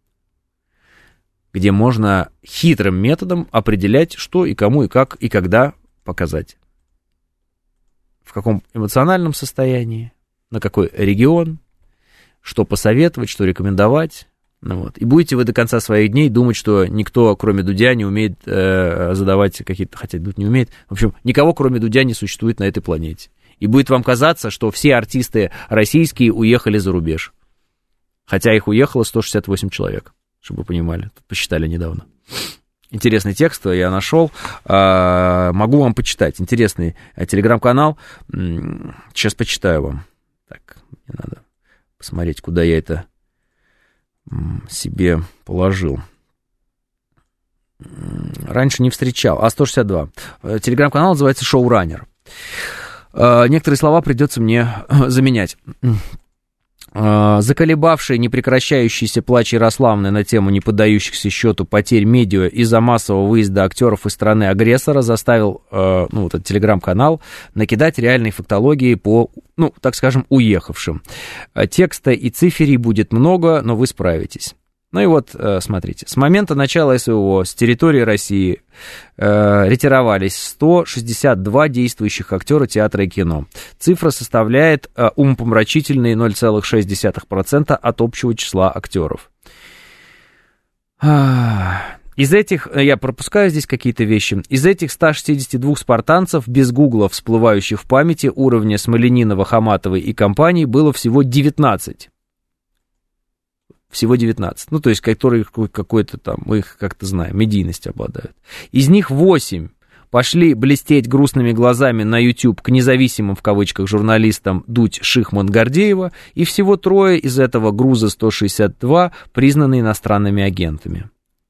где можно хитрым методом определять, что и кому, и как, и когда показать, в каком эмоциональном состоянии, на какой регион, что посоветовать, что рекомендовать. Ну, вот. И будете вы до конца своих дней думать, что никто, кроме Дудя, не умеет задавать какие-то, хотя Дудь не умеет, в общем, никого, кроме Дудя, не существует на этой планете. И будет вам казаться, что все артисты российские уехали за рубеж. Хотя их уехало 168 человек, чтобы вы понимали. Тут посчитали недавно. Интересный текст я нашел. Могу вам почитать. Интересный телеграм-канал. Сейчас почитаю вам. Так, мне надо посмотреть, куда я это себе положил. Раньше не встречал. 162. Телеграм-канал называется «Шоураннер». Некоторые слова придется мне заменять. Заколебавший непрекращающийся плач Ярославны на тему неподдающихся счету потерь медиа из-за массового выезда актеров из страны агрессора заставил, этот телеграм-канал накидать реальной фактологии по, так скажем, уехавшим. Текста и циферей будет много, но вы справитесь. Ну и вот, смотрите, с момента начала СВО с территории России ретировались 162 действующих актера театра и кино. Цифра составляет умопомрачительные 0,6% от общего числа актеров. Из этих, я пропускаю здесь какие-то вещи, из этих 162 спартанцев без гугла, всплывающих в памяти уровня Смоленинова, Хаматовой и компании, было всего 19. Всего 19. То есть, которые какой-то там, мы их как-то знаем, медийность обладают. Из них 8 пошли блестеть грустными глазами на YouTube к независимым, в кавычках, журналистам Дудь, Шихман, Гордеева, и всего 3 из этого груза 162 признаны иностранными агентами.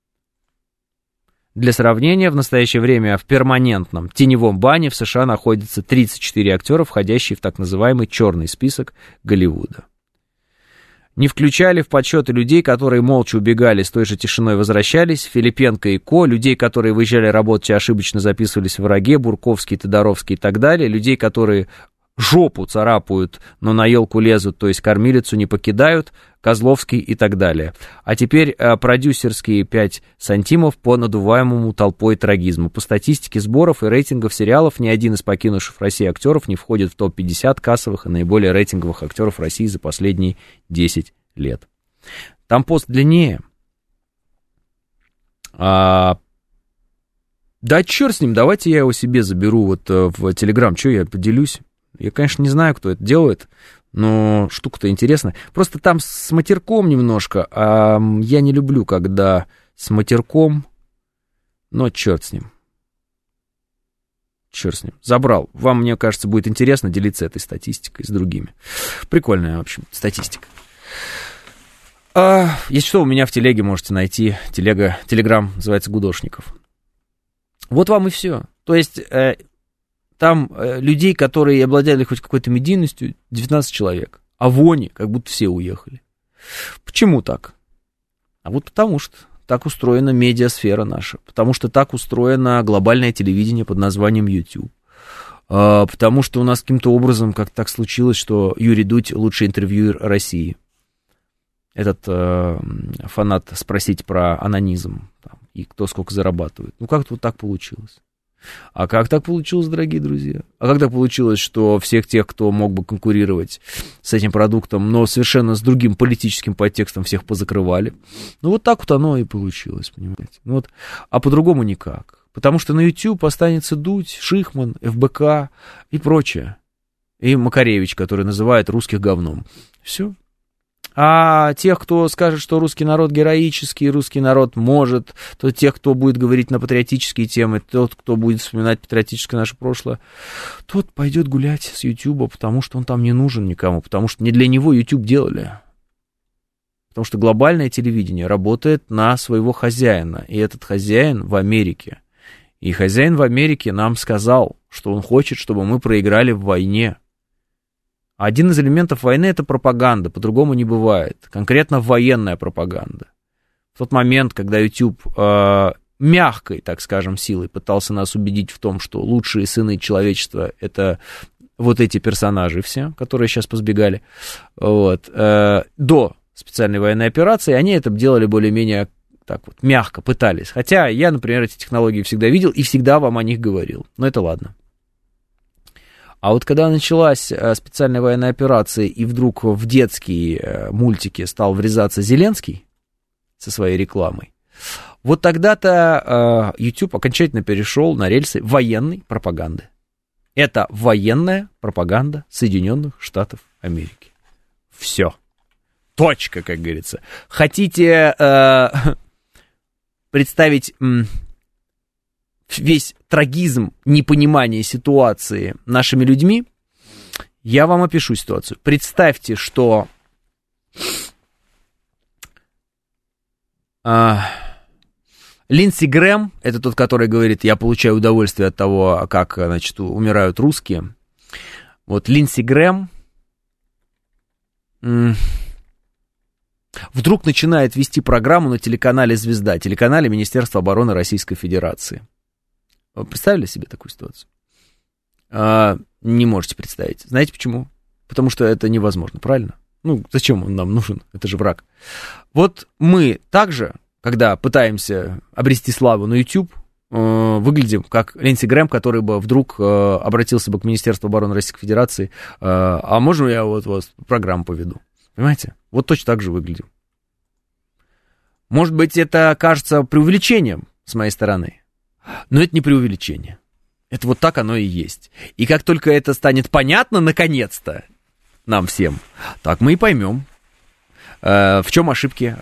Для сравнения, в настоящее время в перманентном теневом бане в США находится 34 актера, входящие в так называемый черный список Голливуда. Не включали в подсчеты людей, которые молча убегали, с той же тишиной возвращались, Филипенко и Ко, людей, которые выезжали работать и ошибочно записывались в враге, Бурковский, Тодоровский и так далее, людей, которые жопу царапают, но на елку лезут, то есть кормилицу не покидают, Козловский и так далее. А теперь продюсерские 5 сантимов по надуваемому толпой трагизму. По статистике сборов и рейтингов сериалов ни один из покинувших Россию актеров не входит в топ-50 кассовых и наиболее рейтинговых актеров России за последние 10 лет. Там пост длиннее. Да черт с ним, давайте я его себе заберу вот в Телеграм, что я поделюсь. Я, конечно, не знаю, кто это делает, но штука-то интересная. Просто там с матерком немножко, а я не люблю, когда с матерком, но черт с ним. Черт с ним. Забрал. Вам, мне кажется, будет интересно делиться этой статистикой с другими. Прикольная, в общем, статистика. Если что, у меня в телеге можете найти. Телеграм называется «Гудошников». Вот вам и все. То есть... Там людей, которые обладали хоть какой-то медийностью, 19 человек. А вони, как будто все уехали. Почему так? А вот потому что так устроена медиасфера наша. Потому что так устроено глобальное телевидение под названием YouTube. Потому что у нас каким-то образом как так случилось, что Юрий Дудь лучший интервьюер России. Этот фанат спросить про анонизм там, и кто сколько зарабатывает. Как-то вот так получилось. А как так получилось, дорогие друзья? А как так получилось, что всех тех, кто мог бы конкурировать с этим продуктом, но совершенно с другим политическим подтекстом, всех позакрывали? Вот так вот оно и получилось, понимаете? А по-другому никак. Потому что на YouTube останется Дудь, Шихман, ФБК и прочее. И Макаревич, который называет русских говном. Все. А тех, кто скажет, что русский народ героический, русский народ может, то тех, кто будет говорить на патриотические темы, тот, кто будет вспоминать патриотическое наше прошлое, тот пойдет гулять с Ютуба, потому что он там не нужен никому, потому что не для него YouTube делали. Потому что глобальное телевидение работает на своего хозяина, и этот хозяин в Америке. И хозяин в Америке нам сказал, что он хочет, чтобы мы проиграли в войне. Один из элементов войны — это пропаганда, по-другому не бывает. Конкретно военная пропаганда. В тот момент, когда YouTube мягкой, так скажем, силой пытался нас убедить в том, что лучшие сыны человечества — это вот эти персонажи все, которые сейчас позбегали, до специальной военной операции, они это делали более-менее так вот, мягко пытались. Хотя я, например, эти технологии всегда видел и всегда вам о них говорил. Но это ладно. А вот когда началась специальная военная операция, и вдруг в детские мультики стал врезаться Зеленский со своей рекламой, вот тогда-то YouTube окончательно перешел на рельсы военной пропаганды. Это военная пропаганда Соединенных Штатов Америки. Все. Точка, как говорится. Хотите представить весь трагизм непонимания ситуации нашими людьми? Я вам опишу ситуацию. Представьте, что Линдси Грэм, это тот, который говорит, я получаю удовольствие от того, как, значит, умирают русские. Вот Линдси Грэм вдруг начинает вести программу на телеканале «Звезда», телеканале Министерства обороны Российской Федерации. Вы представили себе такую ситуацию? Не можете представить. Знаете почему? Потому что это невозможно, правильно? Ну, зачем он нам нужен? Это же враг. Вот мы также, когда пытаемся обрести славу на YouTube, выглядим как Линдси Грэм, который бы вдруг обратился бы к Министерству обороны Российской Федерации, а можно я вот вас программу поведу? Понимаете? Вот точно так же выглядим. Может быть, это кажется преувеличением с моей стороны, но это не преувеличение. Это вот так оно и есть. И как только это станет понятно, наконец-то, нам всем, так мы и поймем, в чем ошибки,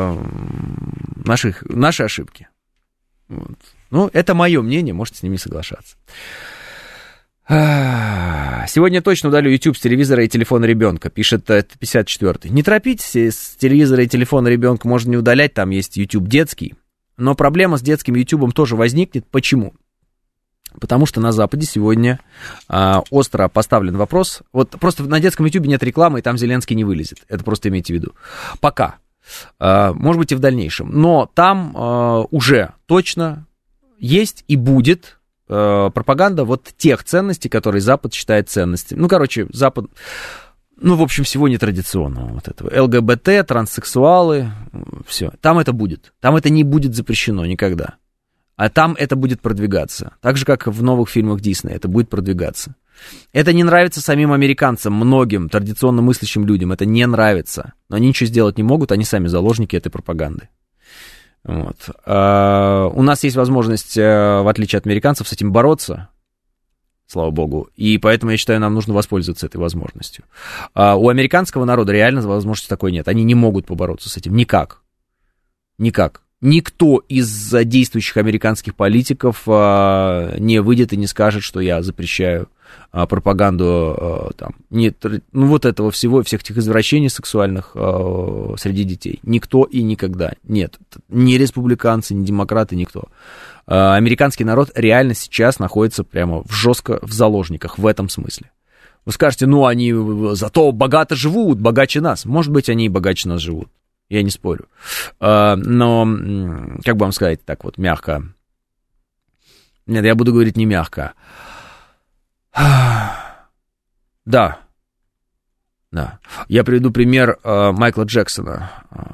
наши ошибки. Вот. Ну, это мое мнение, можете с ним не соглашаться. Сегодня точно удалю YouTube с телевизора и телефона ребенка, пишет 54-й. Не торопитесь, с телевизора и телефона ребенка можно не удалять, там есть YouTube детский. Но проблема с детским YouTube тоже возникнет. Почему? Потому что на Западе сегодня остро поставлен вопрос. Вот просто на детском YouTube нет рекламы, и там Зеленский не вылезет. Это просто имейте в виду. Пока. Может быть, и в дальнейшем. Но там уже точно есть и будет пропаганда вот тех ценностей, которые Запад считает ценностями. Ну, короче, Запад... Ну, в общем, всего нетрадиционного вот этого. ЛГБТ, транссексуалы, все. Там это будет. Там это не будет запрещено никогда. А там это будет продвигаться. Так же, как в новых фильмах Диснея, это будет продвигаться. Это не нравится самим американцам, многим традиционно мыслящим людям. Это не нравится. Но они ничего сделать не могут, они сами заложники этой пропаганды. Вот. У нас есть возможность, в отличие от американцев, с этим бороться. Слава богу. И поэтому, я считаю, нам нужно воспользоваться этой возможностью. У американского народа реально возможности такой нет. Они не могут побороться с этим. Никак. Никак. Никто из действующих американских политиков не выйдет и не скажет, что я запрещаю пропаганду там, нет, ну, вот этого всего, всех этих извращений сексуальных среди детей. Никто и никогда. Нет. Ни республиканцы, ни демократы, никто. Американский народ реально сейчас находится прямо жестко в заложниках в этом смысле. Вы скажете, ну, они зато богато живут, богаче нас. Может быть, они и богаче нас живут. Я не спорю. Но, как бы вам сказать, так вот, мягко. Нет, я буду говорить не мягко. Да. Да. Я приведу пример Майкла Джексона.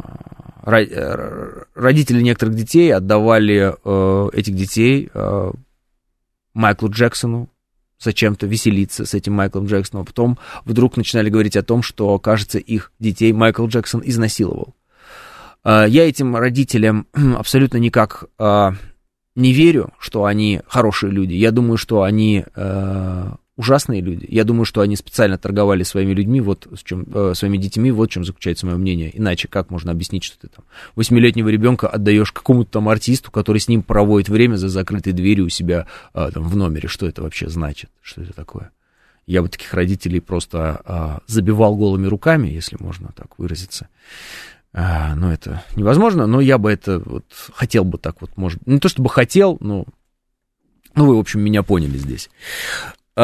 Родители некоторых детей отдавали этих детей Майклу Джексону, зачем-то веселиться с этим Майклом Джексоном. А потом вдруг начинали говорить о том, что, кажется, их детей Майкл Джексон изнасиловал. Я этим родителям абсолютно никак не верю, что они хорошие люди. Я думаю, что они ужасные люди. Я думаю, что они специально торговали своими людьми, вот в чем, своими детьми, вот в чем заключается мое мнение. Иначе как можно объяснить, что ты там 8-летнего ребенка отдаешь какому-то там артисту, который с ним проводит время за закрытой дверью у себя там в номере? Что это вообще значит? Что это такое? Я бы таких родителей просто забивал голыми руками, если можно так выразиться. Ну, это невозможно, но я бы это вот хотел бы так вот, может, не то чтобы хотел, но, ну, вы, в общем, меня поняли здесь. И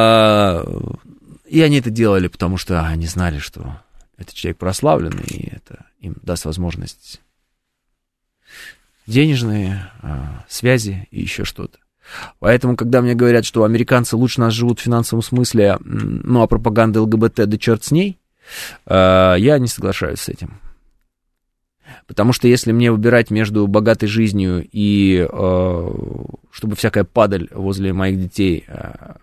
они это делали, потому что они знали, что этот человек прославленный, и это им даст возможность денежные, связи и еще что-то. Поэтому, когда мне говорят, что американцы лучше нас живут в финансовом смысле, ну, а пропаганда ЛГБТ, да черт с ней, я не соглашаюсь с этим. Потому что если мне выбирать между богатой жизнью и чтобы всякая падаль возле моих детей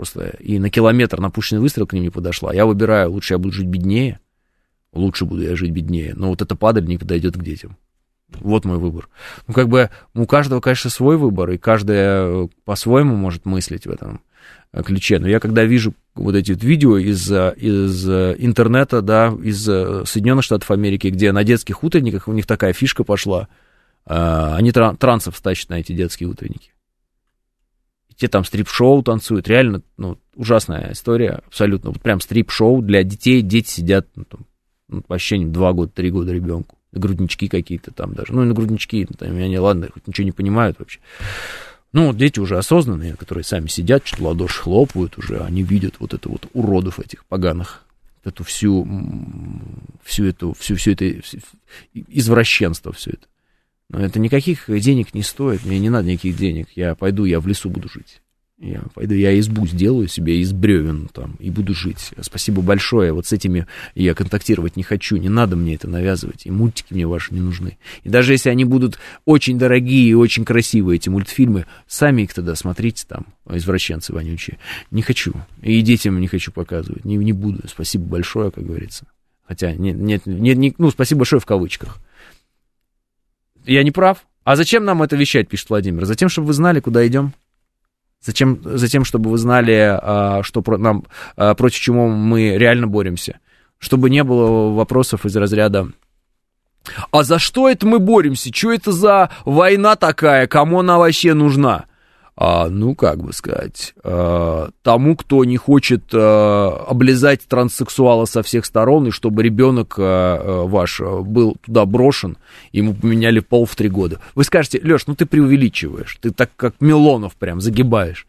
просто и на километр на пушечный выстрел к ним не подошла. Я выбираю, лучше я буду жить беднее, лучше буду я жить беднее, но вот эта падаль не подойдет к детям. Вот мой выбор. Ну, как бы у каждого, конечно, свой выбор, и каждый по-своему может мыслить в этом ключе. Но я когда вижу вот эти вот видео из интернета, да, из Соединенных Штатов Америки, где на детских утренниках у них такая фишка пошла, они трансов тащат на эти детские утренники. И те там стрип-шоу танцуют, реально, ну, ужасная история, абсолютно. Вот прям стрип-шоу для детей, дети сидят, ну, там, по ощущениям, 2 года, 3 года ребенку. Груднички какие-то там даже. Ну, и на груднички, там, они, ладно, хоть ничего не понимают вообще. Ну, вот дети уже осознанные, которые сами сидят, что-то ладоши хлопают уже, они видят вот это вот уродов этих поганых, эту всю это извращенство, все это. Но это никаких денег не стоит, мне не надо никаких денег. Я пойду, я в лесу буду жить. Я пойду, я избу сделаю себе из бревен там и буду жить. Спасибо большое. Вот с этими я контактировать не хочу. Не надо мне это навязывать. И мультики мне ваши не нужны. И даже если они будут очень дорогие и очень красивые, эти мультфильмы, сами их тогда смотрите там, извращенцы вонючие. Не хочу. И детям не хочу показывать. Не буду. Спасибо большое, как говорится. Хотя, нет, ну, спасибо большое в кавычках. Я не прав? А зачем нам это вещать, пишет Владимир? Затем, чтобы вы знали, куда идем. Затем, чтобы вы знали, что против чего мы реально боремся. Чтобы не было вопросов из разряда: а за что это мы боремся? Что это за война такая? Кому она вообще нужна? Ну, как бы сказать, тому, кто не хочет облизать транссексуала со всех сторон, и чтобы ребенок ваш был туда брошен, ему поменяли пол в 3 года. Вы скажете: Леш, ну ты преувеличиваешь, ты так как Милонов прям загибаешь.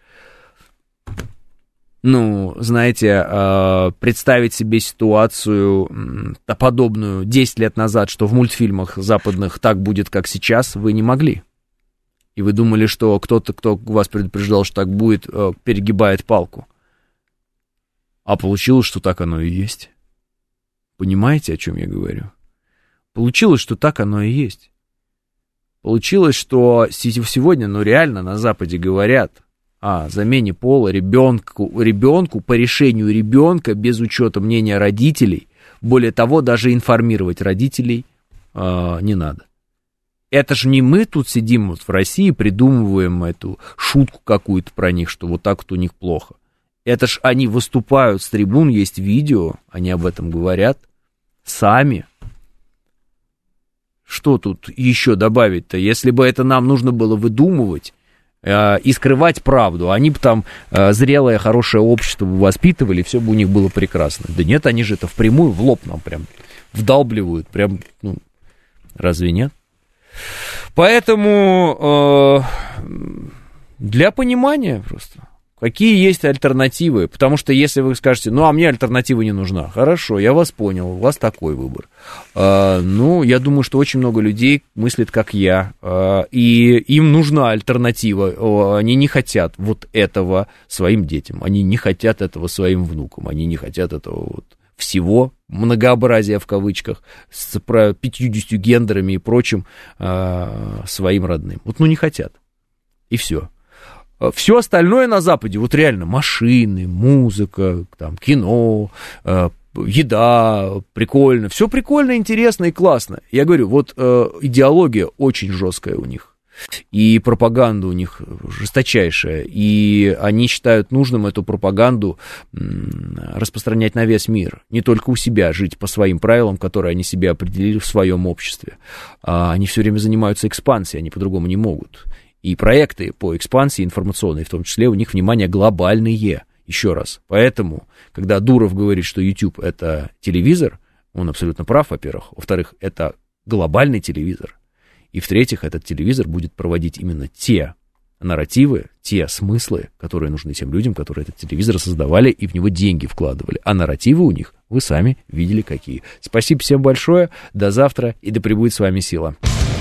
Ну, знаете, представить себе ситуацию подобную 10 лет назад, что в мультфильмах западных так будет, как сейчас, вы не могли. И вы думали, что кто-то, кто вас предупреждал, что так будет, перегибает палку. А получилось, что так оно и есть. Понимаете, о чем я говорю? Получилось, что так оно и есть. Получилось, что сегодня, ну реально на Западе говорят о замене пола ребенку по решению ребенка без учета мнения родителей. Более того, даже информировать родителей не надо. Это же не мы тут сидим вот в России, придумываем эту шутку какую-то про них, что вот так вот у них плохо. Это ж они выступают с трибун, есть видео, они об этом говорят сами. Что тут еще добавить-то? Если бы это нам нужно было выдумывать и скрывать правду, они бы там зрелое, хорошее общество бы воспитывали, все бы у них было прекрасно. Да нет, они же это впрямую в лоб нам прям вдалбливают, прям, ну, разве нет? Поэтому для понимания просто, какие есть альтернативы, потому что если вы скажете: ну, а мне альтернатива не нужна, хорошо, я вас понял, у вас такой выбор. Ну, я думаю, что очень много людей мыслят, как я, и им нужна альтернатива, они не хотят вот этого своим детям, они не хотят этого своим внукам, они не хотят этого вот всего многообразия в кавычках с 50 гендерами и прочим своим родным. Вот, ну, не хотят. И все. Все остальное на Западе, вот реально, машины, музыка, там, кино, еда, прикольно. Все прикольно, интересно и классно. Я говорю, вот идеология очень жесткая у них. И пропаганда у них жесточайшая, и они считают нужным эту пропаганду распространять на весь мир, не только у себя, жить по своим правилам, которые они себе определили в своем обществе. Они все время занимаются экспансией, они по-другому не могут. И проекты по экспансии информационной, в том числе, у них, внимание, глобальные, еще раз. Поэтому, когда Дуров говорит, что YouTube — это телевизор, он абсолютно прав, во-первых. Во-вторых, это глобальный телевизор. И в-третьих, этот телевизор будет проводить именно те нарративы, те смыслы, которые нужны тем людям, которые этот телевизор создавали и в него деньги вкладывали. А нарративы у них вы сами видели какие. Спасибо всем большое, до завтра и да пребудет с вами сила.